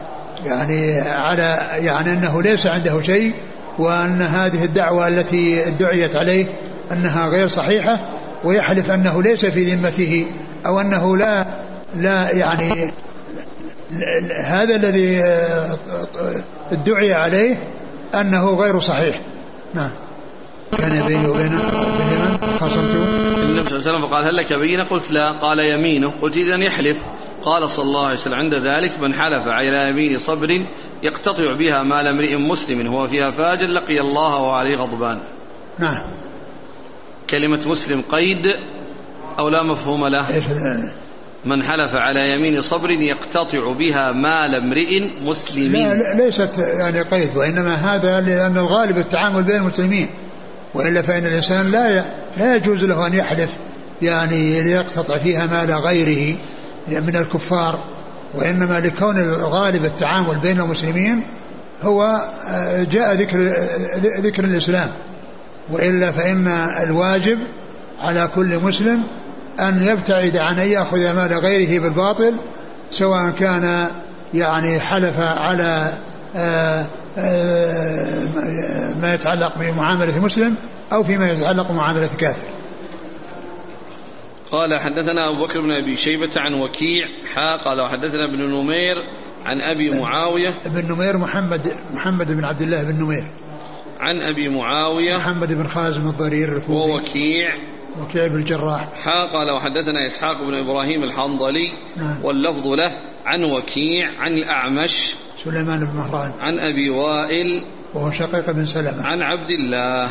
يعني أنه ليس عنده شيء، وأن هذه الدعوة التي ادعيت عليه أنها غير صحيحة، ويحلف أنه ليس في ذمته، أو أنه لا يعني هذا الذي ادعي عليه أنه غير صحيح. نعم. كان بيني وبين اليمن خاصمته النبي صلى الله عليه وسلم فقال هل لك بينة؟ قلت لا. قال يمينه. قلت إذن يحلف. قال صلى الله عليه وسلم عند ذلك من حلف على يمين صبر يقتطع بها مال امرئ مسلم هو فيها فاجر لقي الله وعليه غضبان. نعم. كلمة مسلم قيد أو لا مفهوم له؟ من حلف على يمين صبر يقتطع بها مال امرئ مسلم. لا ليست يعني قيد، وإنما هذا لأن الغالب التعامل بين المسلمين، وإلا فإن الإنسان لا يجوز له أن يحلف يعني ليقتطع فيها مال غيره من الكفار، وإنما لكون الغالب التعامل بين المسلمين هو جاء ذكر الإسلام، وإلا فإن الواجب على كل مسلم أن يبتعد عن أن يأخذ مال غيره بالباطل، سواء كان يعني حلف على ما يتعلق بمعاملة مسلم أو فيما يتعلق بمعاملة كافر. قال حدثنا أبو بكر بن أبي شيبة عن وكيع قال وحدثنا ابن نمير عن أبي معاوية. ابن نمير محمد بن عبد الله بن نمير عن أبي معاوية محمد بن خازم الضرير الكوفي. وكيع بن الجراح. قال وحدثنا إسحاق بن إبراهيم الحنظلي. واللفظ له عن وكيع عن الأعمش سليمان بن مهران عن أبي وائل وهو شقيق بن سلمة عن عبد الله.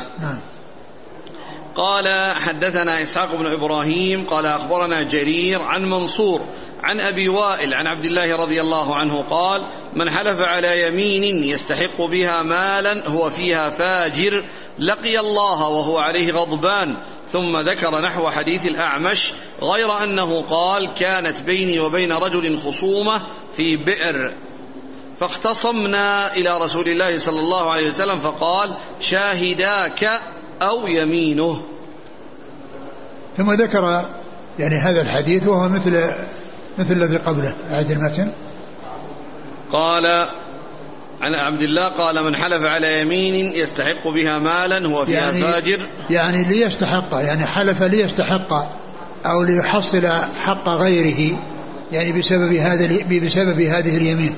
قال حدثنا إسحاق بن إبراهيم قال أخبرنا جرير عن منصور عن أبي وائل عن عبد الله رضي الله عنه قال من حلف على يمين يستحق بها مالا هو فيها فاجر لقي الله وهو عليه غضبان. ثم ذكر نحو حديث الأعمش غير أنه قال كانت بيني وبين رجل خصومة في بئر فاختصمنا إلى رسول الله صلى الله عليه وسلم فقال شاهداك أو يمينه. ثم ذكر يعني هذا الحديث وهو مثل الذي قبله. أعد المتن. قال عن عبد الله قال من حلف على يمين يستحق بها مالا هو فيها يعني فاجر يعني ليستحق، يعني حلف ليستحق أو ليحصل حق غيره يعني بسبب هذه اليمين.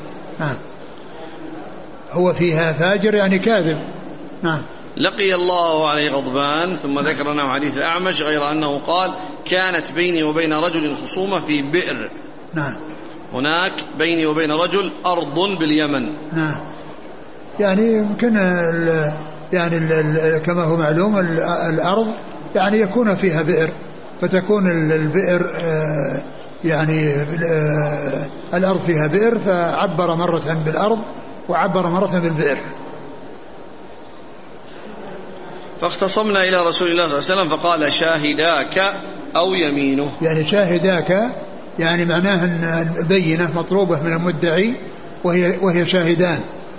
هو فيها فاجر يعني كاذب. لقي الله عليه غضبان. ثم ذكر له حديث الأعمش غير أنه قال كانت بيني وبين رجل خصومة في بئر. هناك بيني وبين رجل أرض باليمن. يعني يمكن يعني كما هو معلوم الأرض يعني يكون فيها بئر، فتكون البئر يعني الأرض فيها بئر، فعبر مرة بالأرض وعبر مرة بالبئر. فاختصمنا إلى رسول الله صلى الله عليه وسلم فقال شاهداك أو يمينه. يعني شاهداك يعني معناه أن البينة مطلوبة من المدعي وهي شاهدان،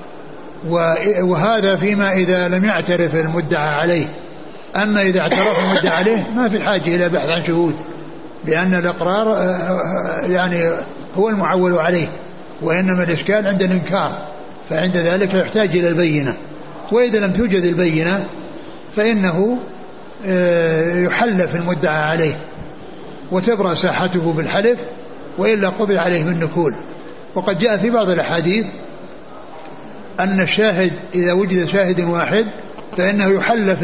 وهذا فيما إذا لم يعترف المدعى عليه. أما إذا اعترف المدعى عليه ما في حاجة إلى بحث عن شهود، لأن الإقرار يعني هو المعول عليه، وإنما الإشكال عند الإنكار، فعند ذلك يحتاج إلى البينة. وإذا لم توجد البينة فإنه يحلف المدعى عليه وتبرأ ساحته بالحلف، وإلا قضي عليه بالنكول. وقد جاء في بعض الأحاديث أن الشاهد إذا وجد شاهد واحد فإنه يحلف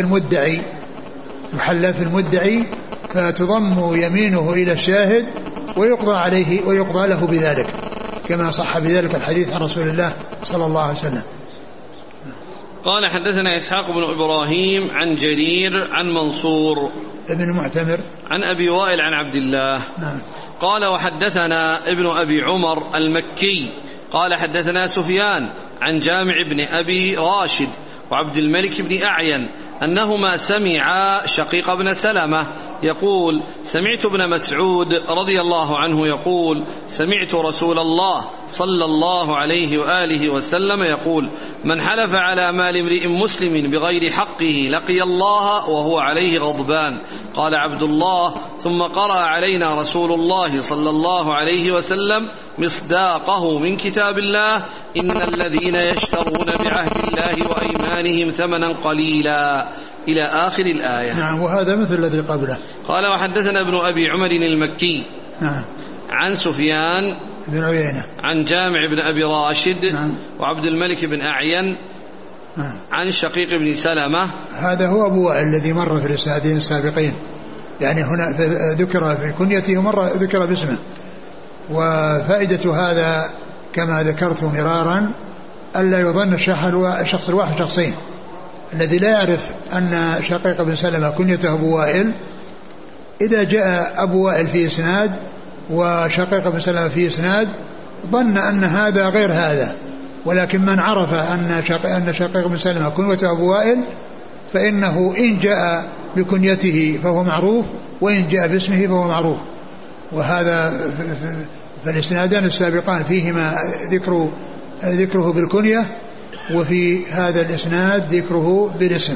المدعي فتضم يمينه إلى الشاهد ويقضى عليه ويقضى له بذلك، كما صح بذلك الحديث عن رسول الله صلى الله عليه وسلم. قال حدثنا إسحاق بن إبراهيم عن جرير عن منصور ابن المعتمر عن أبي وائل عن عبد الله. نعم. قال وحدثنا ابن أبي عمر المكي قال حدثنا سفيان عن جامع بن أبي راشد وعبد الملك بن أعين أنهما سمعا شقيق بن سلمة يقول سمعت ابن مسعود رضي الله عنه يقول سمعت رسول الله صلى الله عليه وآله وسلم يقول من حلف على مال امرئ مسلم بغير حقه لقي الله وهو عليه غضبان. قال عبد الله ثم قرأ علينا رسول الله صلى الله عليه وسلم مصداقه من كتاب الله إن الذين يشترون بعهد الله وأيمانهم ثمنا قليلا إلى آخر الآية. نعم. وهذا مثل الذي قبله. قال وحدثنا ابن أبي عمر المكي نعم عن سفيان بن عيينة عن جامع بن أبي راشد نعم وعبد الملك بن أعين نعم عن شقيق بن سلمة. هذا هو أبو وائل الذي مر في الإسنادين السابقين، يعني هنا ذكر في كنيته ومرة ذكر باسمه. وفائدة هذا كما ذكرت مرارا ألا يظن الشخص الواحد شخصين. الذي لا يعرف أن شقيق بن سلمة كنيته أبو وائل، إذا جاء أبو وائل في إسناد وشقيق بن سلمة في إسناد ظن أن هذا غير هذا. ولكن من عرف أن شقيق بن سلمة كنيته أبو وائل فإنه إن جاء بكنيته فهو معروف، وإن جاء باسمه فهو معروف. وهذا فالإسنادان السابقان فيهما ذكره بالكنية، وفي هذا الإسناد ذكره بالاسم.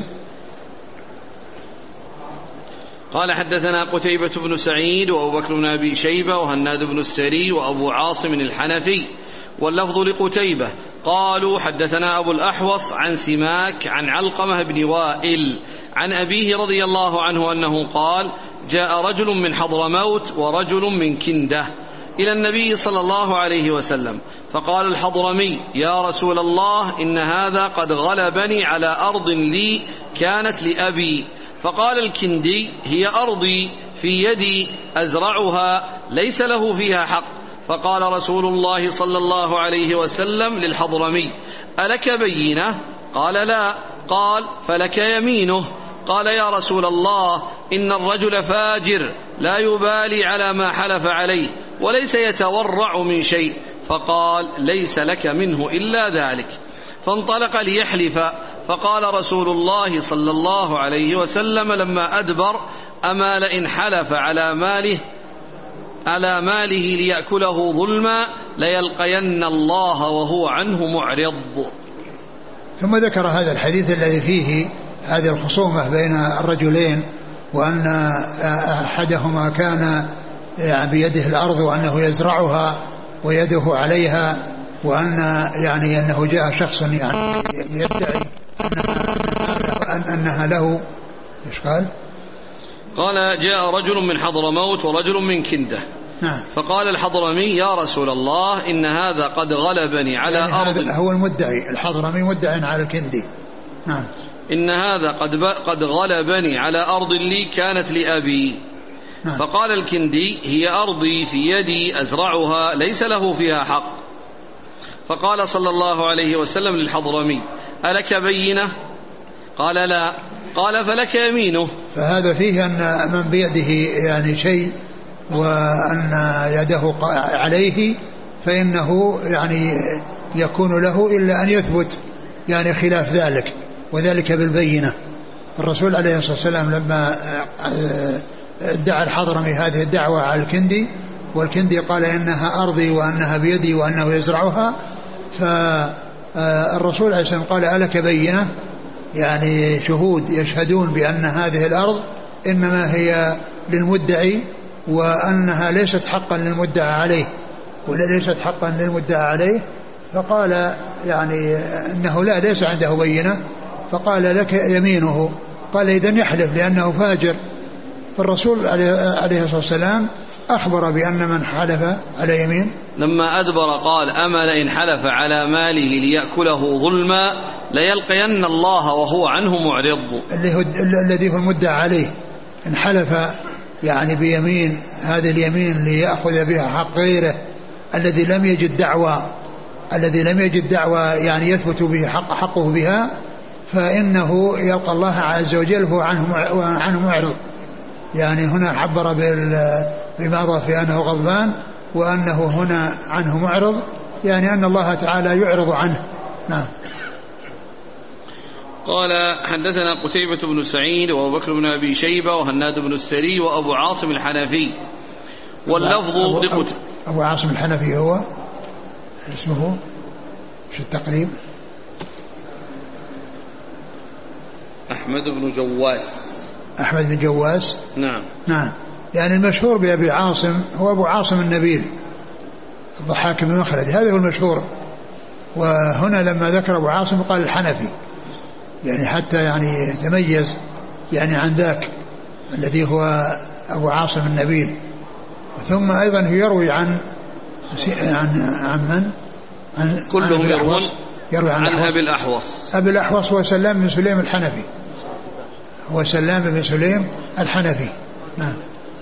قال حدثنا قتيبة بن سعيد وأبو بكر بن أبي شيبة وهناد بن السري وأبو عاصم الحنفي واللفظ لقتيبة قالوا حدثنا أبو الأحوص عن سماك عن علقمة بن وائل عن أبيه رضي الله عنه أنه قال جاء رجل من حضرموت ورجل من كندة إلى النبي صلى الله عليه وسلم فقال الحضرمي يا رسول الله إن هذا قد غلبني على أرض لي كانت لأبي. فقال الكندي هي أرضي في يدي أزرعها ليس له فيها حق. فقال رسول الله صلى الله عليه وسلم للحضرمي ألك بينة؟ قال لا. قال فلك يمينه. قال يا رسول الله إن الرجل فاجر لا يبالي على ما حلف عليه وليس يتورع من شيء. فقال ليس لك منه إلا ذلك. فانطلق ليحلف فقال رسول الله صلى الله عليه وسلم لما أدبر أما لئن حلف على ماله ليأكله ظلما ليلقين الله وهو عنه معرض. ثم ذكر هذا الحديث الذي فيه هذه الخصومة بين الرجلين، وأن أحدهما كان بيده الأرض وأنه يزرعها ويده عليها، وأن يعني أنه جاء شخص يعني يدعي أنها له. إيش قال؟ قال جاء رجل من حضرموت ورجل من كندة. نعم. فقال الحضرمي يا رسول الله إن هذا قد غلبني على يعني أرض. هو المدعي، الحضرمي مدعي على الكندي. نعم. إن هذا قد غلبني على أرض لي كانت لأبي. نعم. فقال الكندي هي أرضي في يدي أزرعها ليس له فيها حق. فقال صلى الله عليه وسلم للحضرمي ألك بينة؟ قال لا. قال فلك يمينه. فهذا فيه أن من بيده يعني شيء وأن يده عليه فإنه يعني يكون له إلا أن يثبت يعني خلاف ذلك، وذلك بالبينة. الرسول عليه الصلاة والسلام لما ادعى الحضرمي هذه الدعوة على الكندي، والكندي قال إنها أرضي وأنها بيدي وأنه يزرعها، فالرسول عليه الصلاة والسلام قال ألك بينة، يعني شهود يشهدون بأن هذه الأرض إنما هي للمدعي وأنها ليست حقا للمدعى عليه وليست حقا للمدعى عليه. فقال يعني إنه لا ليس عنده بينة، فقال لك يمينه. قال إذن يحلف لأنه فاجر. فالرسول عليه الصلاة والسلام أخبر بأن من حلف على يمين لما أدبر قال أما لئن حلف على ماله ليأكله ظلما ليلقين الله وهو عنه معرض، الذي هو المدعى عليه. إن حلف يعني بيمين، هذه اليمين ليأخذ بها حق غيره الذي لم يجد دعوة يعني يثبت به حقه بها، فإنه يلقى الله عز وجل هو عنه معرض. يعني هنا عبر بما في أنه غضبان، وأنه هنا عنه معرض، يعني أن الله تعالى يعرض عنه. نعم. قال حدثنا قتيبة بن سعيد وأبو بكر بن أبي شيبة وهناد بن السري وأبو عاصم الحنفي، واللفظ أبو عاصم الحنفي هو اسمه في التقريب أحمد بن جواس. نعم. يعني المشهور بأبي عاصم هو أبو عاصم النبيل الضحاك بن مخلد، هذا هو المشهور. وهنا لما ذكر أبو عاصم قال الحنفي، يعني حتى يعني يتميز يعني عن ذاك الذي هو أبو عاصم النبيل. ثم أيضا يروي عن من؟ كلهم يروي عن أبي الأحوص هو سلام بن سليم الحنفي، هو سلام بن سليم الحنفي. نعم.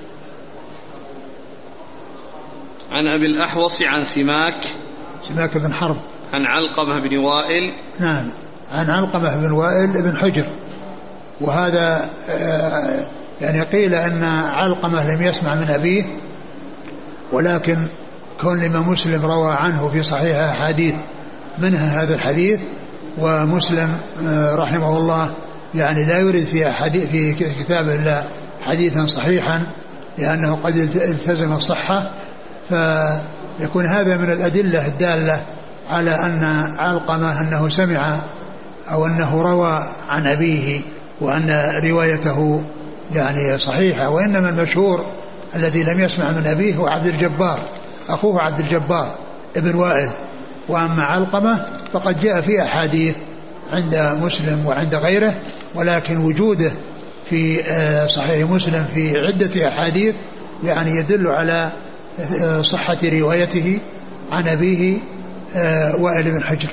عن أبي الأحوص عن سماك بن حرب عن علقمة بن وائل. نعم. عن علقمة بن وائل بن حجر. وهذا يعني قيل أن علقمة لم يسمع من أبيه، ولكن كون الإمام مسلم روى عنه في صحيح حديث منها هذا الحديث، ومسلم رحمه الله يعني لا يريد في كتابه إلا حديثا صحيحا لأنه قد التزم الصحة، فيكون هذا من الأدلة الدالة على أن علقمة أنه سمع أو أنه روى عن أبيه وأن روايته يعني صحيحة. وإنما المشهور الذي لم يسمع من أبيه هو عبد الجبار، أخوه عبد الجبار ابن وائل. وأما علقمة فقد جاء في أحاديث عند مسلم وعند غيره، ولكن وجوده في صحيح مسلم في عدة أحاديث يعني يدل على صحة روايته عن أبيه وائل بن حجر.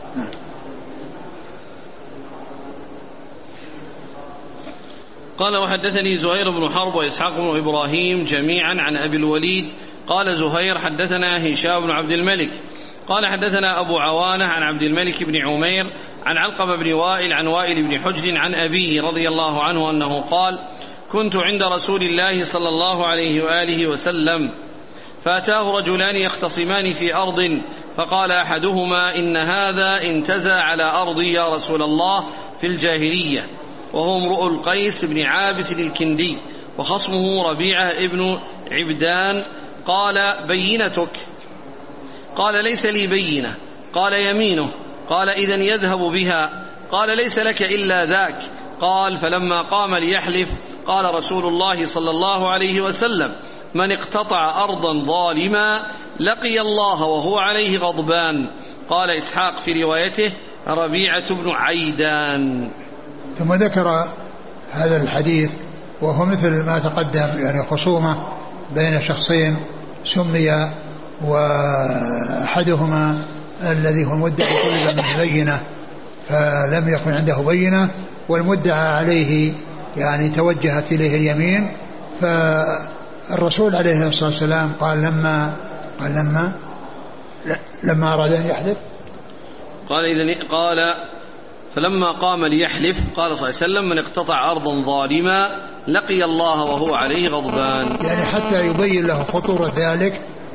قال وحدثني زهير بن حرب وإسحاق بن إبراهيم جميعا عن أبي الوليد. قال زهير حدثنا هشام بن عبد الملك قال حدثنا أبو عوانة عن عبد الملك بن عمير عن علقمة بن وائل عن وائل بن حجر عن أبيه رضي الله عنه أنه قال كنت عند رسول الله صلى الله عليه وآله وسلم فأتاه رجلان يختصمان في أرض، فقال أحدهما إن هذا انتزع على أرضي يا رسول الله في الجاهلية، وهو امرؤ القيس بن عابس الكندي، وخصمه ربيعة ابن عبدان. قال بينتك؟ قال ليس لي بينة. قال يمينه؟ قال إذن يذهب بها. قال ليس لك إلا ذاك. قال فلما قام ليحلف قال رسول الله صلى الله عليه وسلم من اقتطع أرضا ظالما لقي الله وهو عليه غضبان. قال إسحاق في روايته ربيعة بن عيدان. ثم ذكر هذا الحديث وهو مثل ما تقدم، يعني خصومة بين شخصين سمي، وأحدهما الذي هو المدعي طلب منه بينة فلم يكن عنده بينة، والمدعى عليه يعني توجهت إليه اليمين. فالرسول عليه الصلاة والسلام قال لما أراد أن يحلف قال فلما قام ليحلف قال صلى الله عليه وسلم: من اقتطع أرضا ظالما لقي الله وهو عليه غضبان. يعني حتى يبين له خطورة ذلك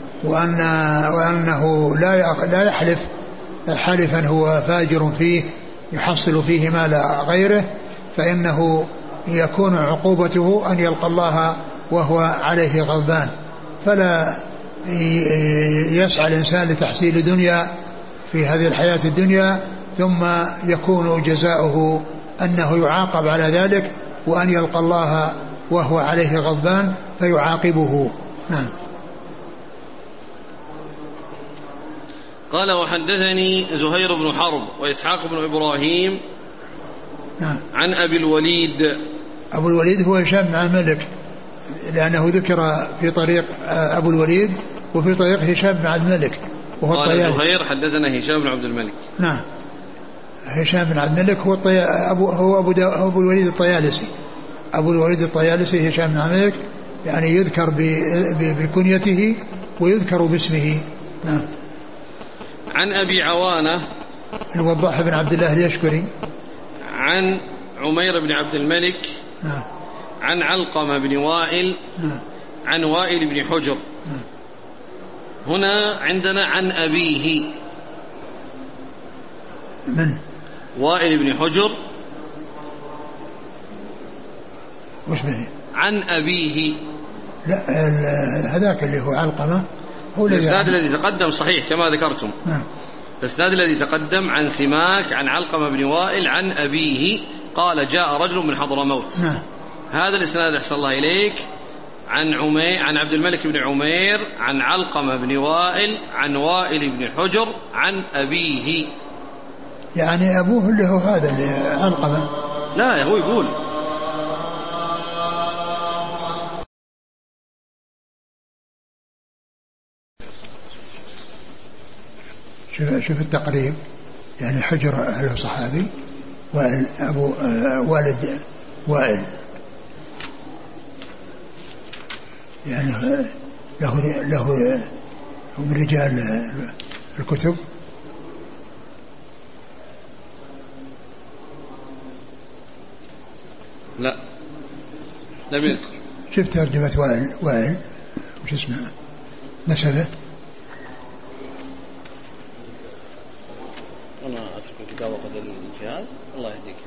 وأنه لا يحلف حلفا هو فاجر فيه يحصل فيه مال غيره، فإنه يكون عقوبته أن يلقى الله وهو عليه غضبان. فلا يسعى الإنسان لتحصيل دنيا في هذه الحياة الدنيا ثم يكون جزاؤه أنه يعاقب على ذلك، وأن يلقى الله وهو عليه غضبان فيعاقبه. نعم. قال: وحدثني زهير بن حرب وإسحاق بن إبراهيم نعم. عن أبي الوليد. أبو الوليد هو هشام بن عبد الملك، لأنه ذكر في طريق أبو الوليد وفي طريق هشام بن عبد الملك وهو قال زهير: حدثنا هشام بن عبد الملك. نعم. هشام بن عبد الملك هو أبو الوليد الطيالسي. أبو الوليد الطيالسي هشام بن عبد الملك، يعني يذكر بكنيته ويذكر باسمه. نعم. عن أبي عوانة الوضاح بن عبد الله اليشكري عن عمير بن عبد الملك. نعم. عن علقمة بن وائل. نعم. عن وائل بن حجر. نعم. هنا عندنا عن أبيه. من؟ وائل بن حجر. وش به؟ عن أبيه. لا، هذاك اللي هو علقمة هو الإسناد الذي تقدم صحيح كما ذكرتم. نعم. الإسناد الذي تقدم عن سماك عن علقمة بن وائل عن أبيه قال: جاء رجل من حضرموت. نعم. هذا الإسناد أحسن الله إليك عن عبد الملك بن عمير عن علقمة بن وائل عن وائل بن حجر عن أبيه. يعني أبوه اللي هو هذا اللي علقمة. لا، هو يقول شوف التقريب، يعني حجر هل صحابي؟ وائل أبو والد وائل، يعني له من رجال الكتب. لا، لم يذكر. شفت ترجمة وائل وش اسمه نسبه؟ أنا أترك الكتاب وأخذ الجهاز. الله يهديك.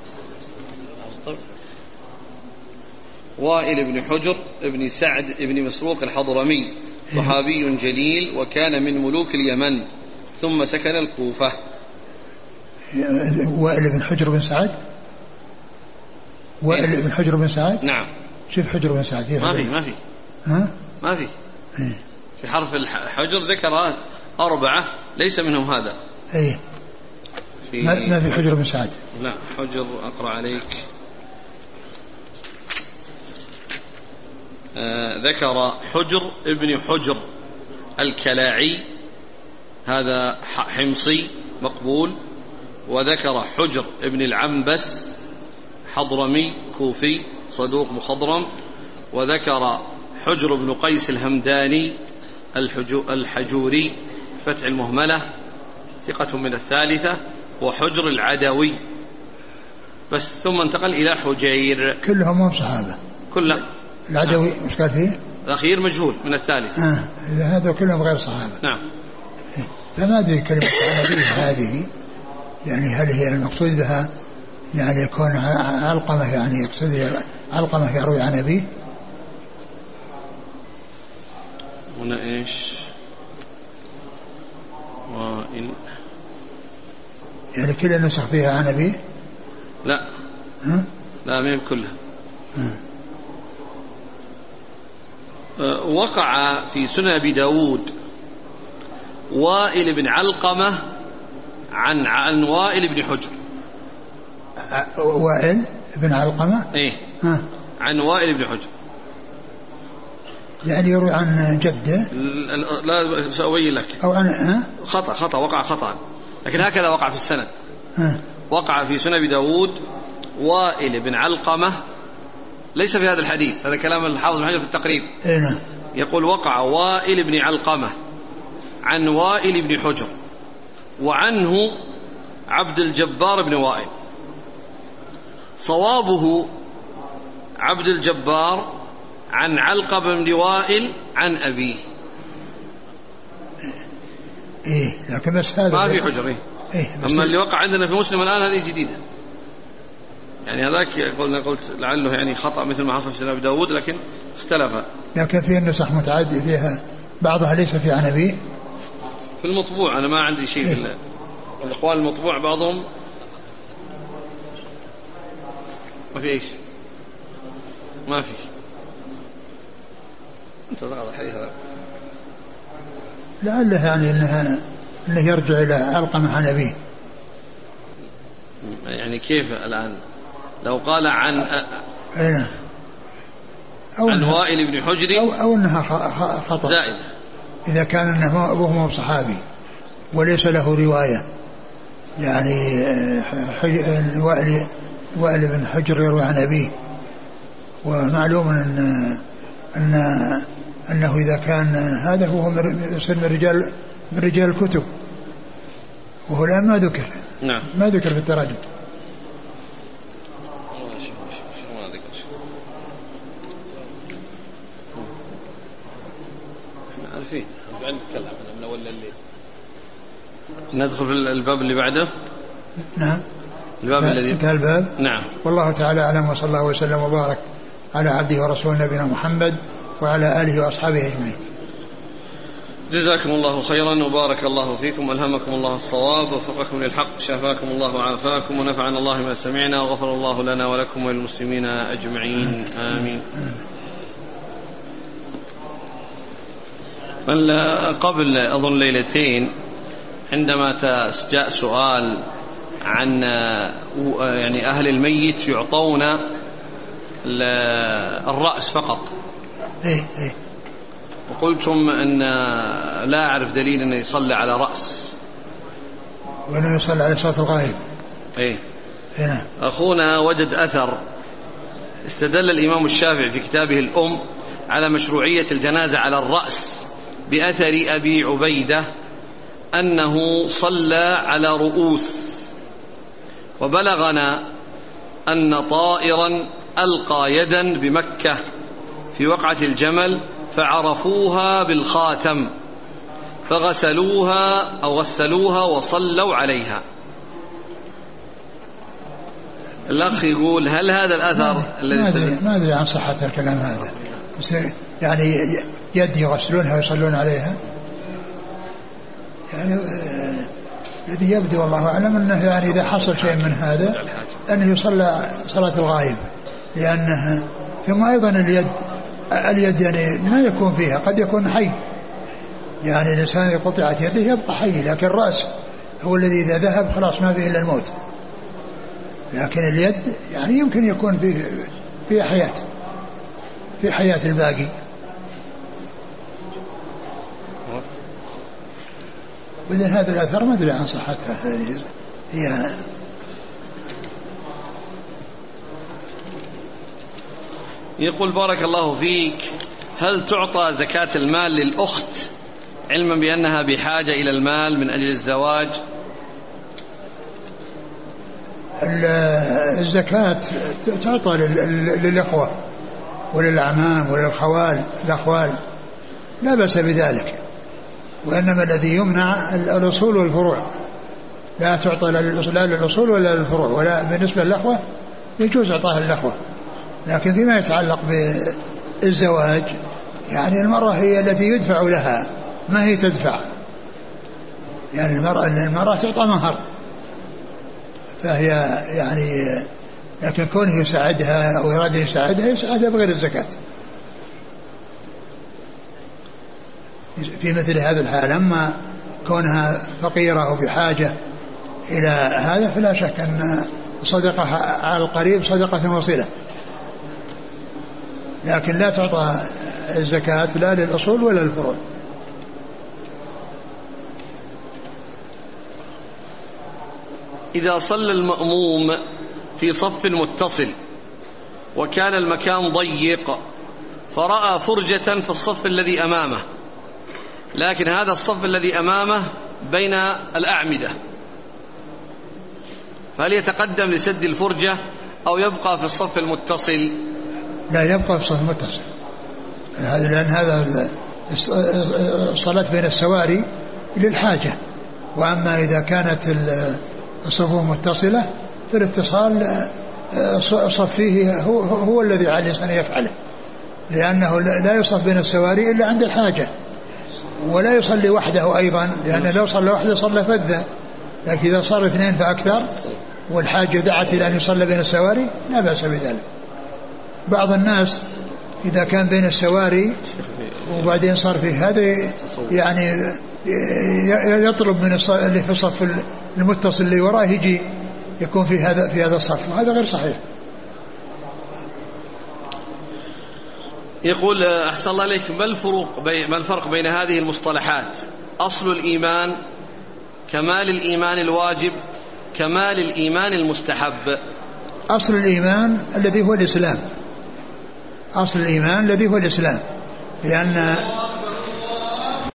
وائل بن حجر ابن سعد ابن مسروق الحضرمي، صحابي جليل، وكان من ملوك اليمن ثم سكن الكوفة. وائل بن حجر بن سعد. وائل بن حجر بن سعد. نعم. شوف حجر بن سعد ما في ها؟ ما في. في حرف الحجر ذكر 4 ليس منهم هذا. ايه ما في حجر بن سعد. لا، حجر أقرأ عليك. ذكر حجر ابن حجر الكلاعي، هذا حمصي مقبول. وذكر حجر ابن العنبس حضرمي كوفي صدوق مخضرم. وذكر حجر بن قيس الهمداني الحجوري فتح المهملة ثقة من الثالثة. وحجر العدوي بس، ثم انتقل إلى حجير. كلهم هم صحابة كلهم. العدوي مش قال فيه؟ الأخير مجهول من الثالث. هذا كلهم غير صحابة. نعم. فما أدري كلمة النبي هذه يعني هل هي المقصود بها يعني يكون علقمة، يعني يقصد علقمة يروي عن أبيه. هنا إيش؟ وإن يعني كل النسخ فيها عن أبيه؟ لا. لا، ما هي كلها. وقع في سنن أبي داود وائل بن علقمة عن وائل بن حجر. وائل بن علقمة. إيه. عن وائل بن حجر، يعني يروي عن جده. لا سأبين لك. أو عن خطأ وقع خطأ، لكن هكذا وقع في السند. وقع في سنن أبي داود وائل بن علقمة، ليس في هذا الحديث، هذا كلام الحافظ بن حجر في التقريب. يقول: وقع وائل بن علقمة عن وائل بن حجر، وعنه عبد الجبار بن وائل. صوابه عبد الجبار عن علقة بن وائل عن أبيه. لكن بس هذا ما في حجر. أما اللي وقع عندنا في مسلم الآن هذه جديدة، يعني هذاك قلت لعله يعني خطأ مثل ما حصل في أبي داود، لكن اختلف. لكن في النسخ متعدد فيها بعضها ليس في عن أبيه. في المطبوع أنا ما عندي شيء في الإخوان المطبوع بعضهم ما في إيش، ما في. أنت تغضى الحديث هذا لعله يعني أنه يرجع إلى علقمة عن أبيه. يعني كيف الآن لو قال عن عن وائل بن حجر أو أنها خطأ زائد، إذا كان أنه أبوه صحابي وليس له رواية، يعني وائل بن حجر يروي عن أبيه، ومعلوم أنه إذا كان هذا هو يصير من رجال الكتب، وهو الآن ما ذكر. نعم ما ذكر في التراجم. عارفين نتكلم من أول الليل. ندخل في الباب اللي بعده. نعم الباب الذي انتهى الباب. نعم. والله تعالى أعلم، وصلى الله وسلم وبارك على عبده ورسوله نبينا محمد وعلى آله وأصحابه أجمعين. جزاكم الله خيرا وبارك الله فيكم، ألهمكم الله الصواب ووفقكم للحق، شافاكم الله وعافاكم، ونفعنا الله ما سمعنا، وغفر الله لنا ولكم وللمسلمين أجمعين، آمين. قبل أظن ليلتين عندما جاء سؤال عن يعني أهل الميت يعطون الرأس فقط، وقلتم أن لا أعرف دليل أنه يصلي على رأس وأنه يصلي على صلاة الغائب. نعم. أخونا وجد أثر استدل الإمام الشافعي في كتابه الأم على مشروعية الجنازة على الرأس بأثر أبي عبيدة أنه صلى على رؤوس، وبلغنا أن طائرا ألقى يدا بمكة في وقعة الجمل فعرفوها بالخاتم فغسلوها وصلوا عليها. الأخ يقول هل هذا الأثر الذي ما أدري عن صحة الكلام هذا، بس يعني يد يغسلونها ويصلون عليها، يعني الذي يبدو والله أعلم أنه يعني إذا حصل شيء من هذا أنه يصلى صلاة الغائب، لأنه ثم أيضا اليد يعني ما يكون فيها، قد يكون حي، يعني الإنسان قطعت يده يبقى حي، لكن الرأس هو الذي إذا ذهب خلاص ما فيه إلا الموت، لكن اليد يعني يمكن يكون فيه حياة، في حياة الباقي. وإذن هذا الأثر ما أدري عن صحتها، هي يقول بارك الله فيك، هل تعطى زكاة المال للأخت علما بأنها بحاجة إلى المال من أجل الزواج؟ الزكاة تعطى للإخوة وللأعمام وللخوال الأخوال، لا بأس بذلك، وإنما الذي يمنع الأصول والفروع، لا تعطى لا للأصول ولا للفروع، ولا بالنسبة للأخوة يجوز إعطاها للأخوة، لكن فيما يتعلق بالزواج يعني المرأة هي التي يدفع لها، ما هي تدفع، يعني المرأة تعطى مهر، فهي يعني لكن كونه يساعدها أو يراد يساعدها بغير الزكاة في مثل هذا الحال. أما كونها فقيرة وبحاجة إلى هذا فلا شك أن صدقة على القريب صدقة وصلة، لكن لا تعطى الزكاة لا للأصول ولا للفروع. إذا صلى المأموم في صف متصل وكان المكان ضيق فرأى فرجة في الصف الذي أمامه، لكن هذا الصف الذي أمامه بين الأعمدة، فهل يتقدم لسد الفرجة أو يبقى في الصف المتصل؟ لا، يبقى في الصف المتصل، لأن هذا الصلاة بين السواري للحاجة. وأما إذا كانت الصفوف متصلة فالاتصال الصف فيه هو الذي على الإنسان يفعله، لأنه لا يصف بين السواري إلا عند الحاجة، ولا يصلي وحده أيضا، لأن لو صلى وحده صلى فذة، لكن إذا صار اثنين فأكثر والحاجة دعت إلى أن يصلى بين السواري لا بأس بذلك. بعض الناس إذا كان بين السواري وبعدين صار فيه هذا يعني يطلب من اللي في الصف المتصل اللي وراه يجي يكون في هذا الصف، وهذا غير صحيح. يقول أحسن الله عليك، ما الفرق بين هذه المصطلحات؟ أصل الإيمان، كمال الإيمان الواجب، كمال الإيمان المستحب. أصل الإيمان الذي هو الإسلام، أصل الإيمان الذي هو الإسلام، لأن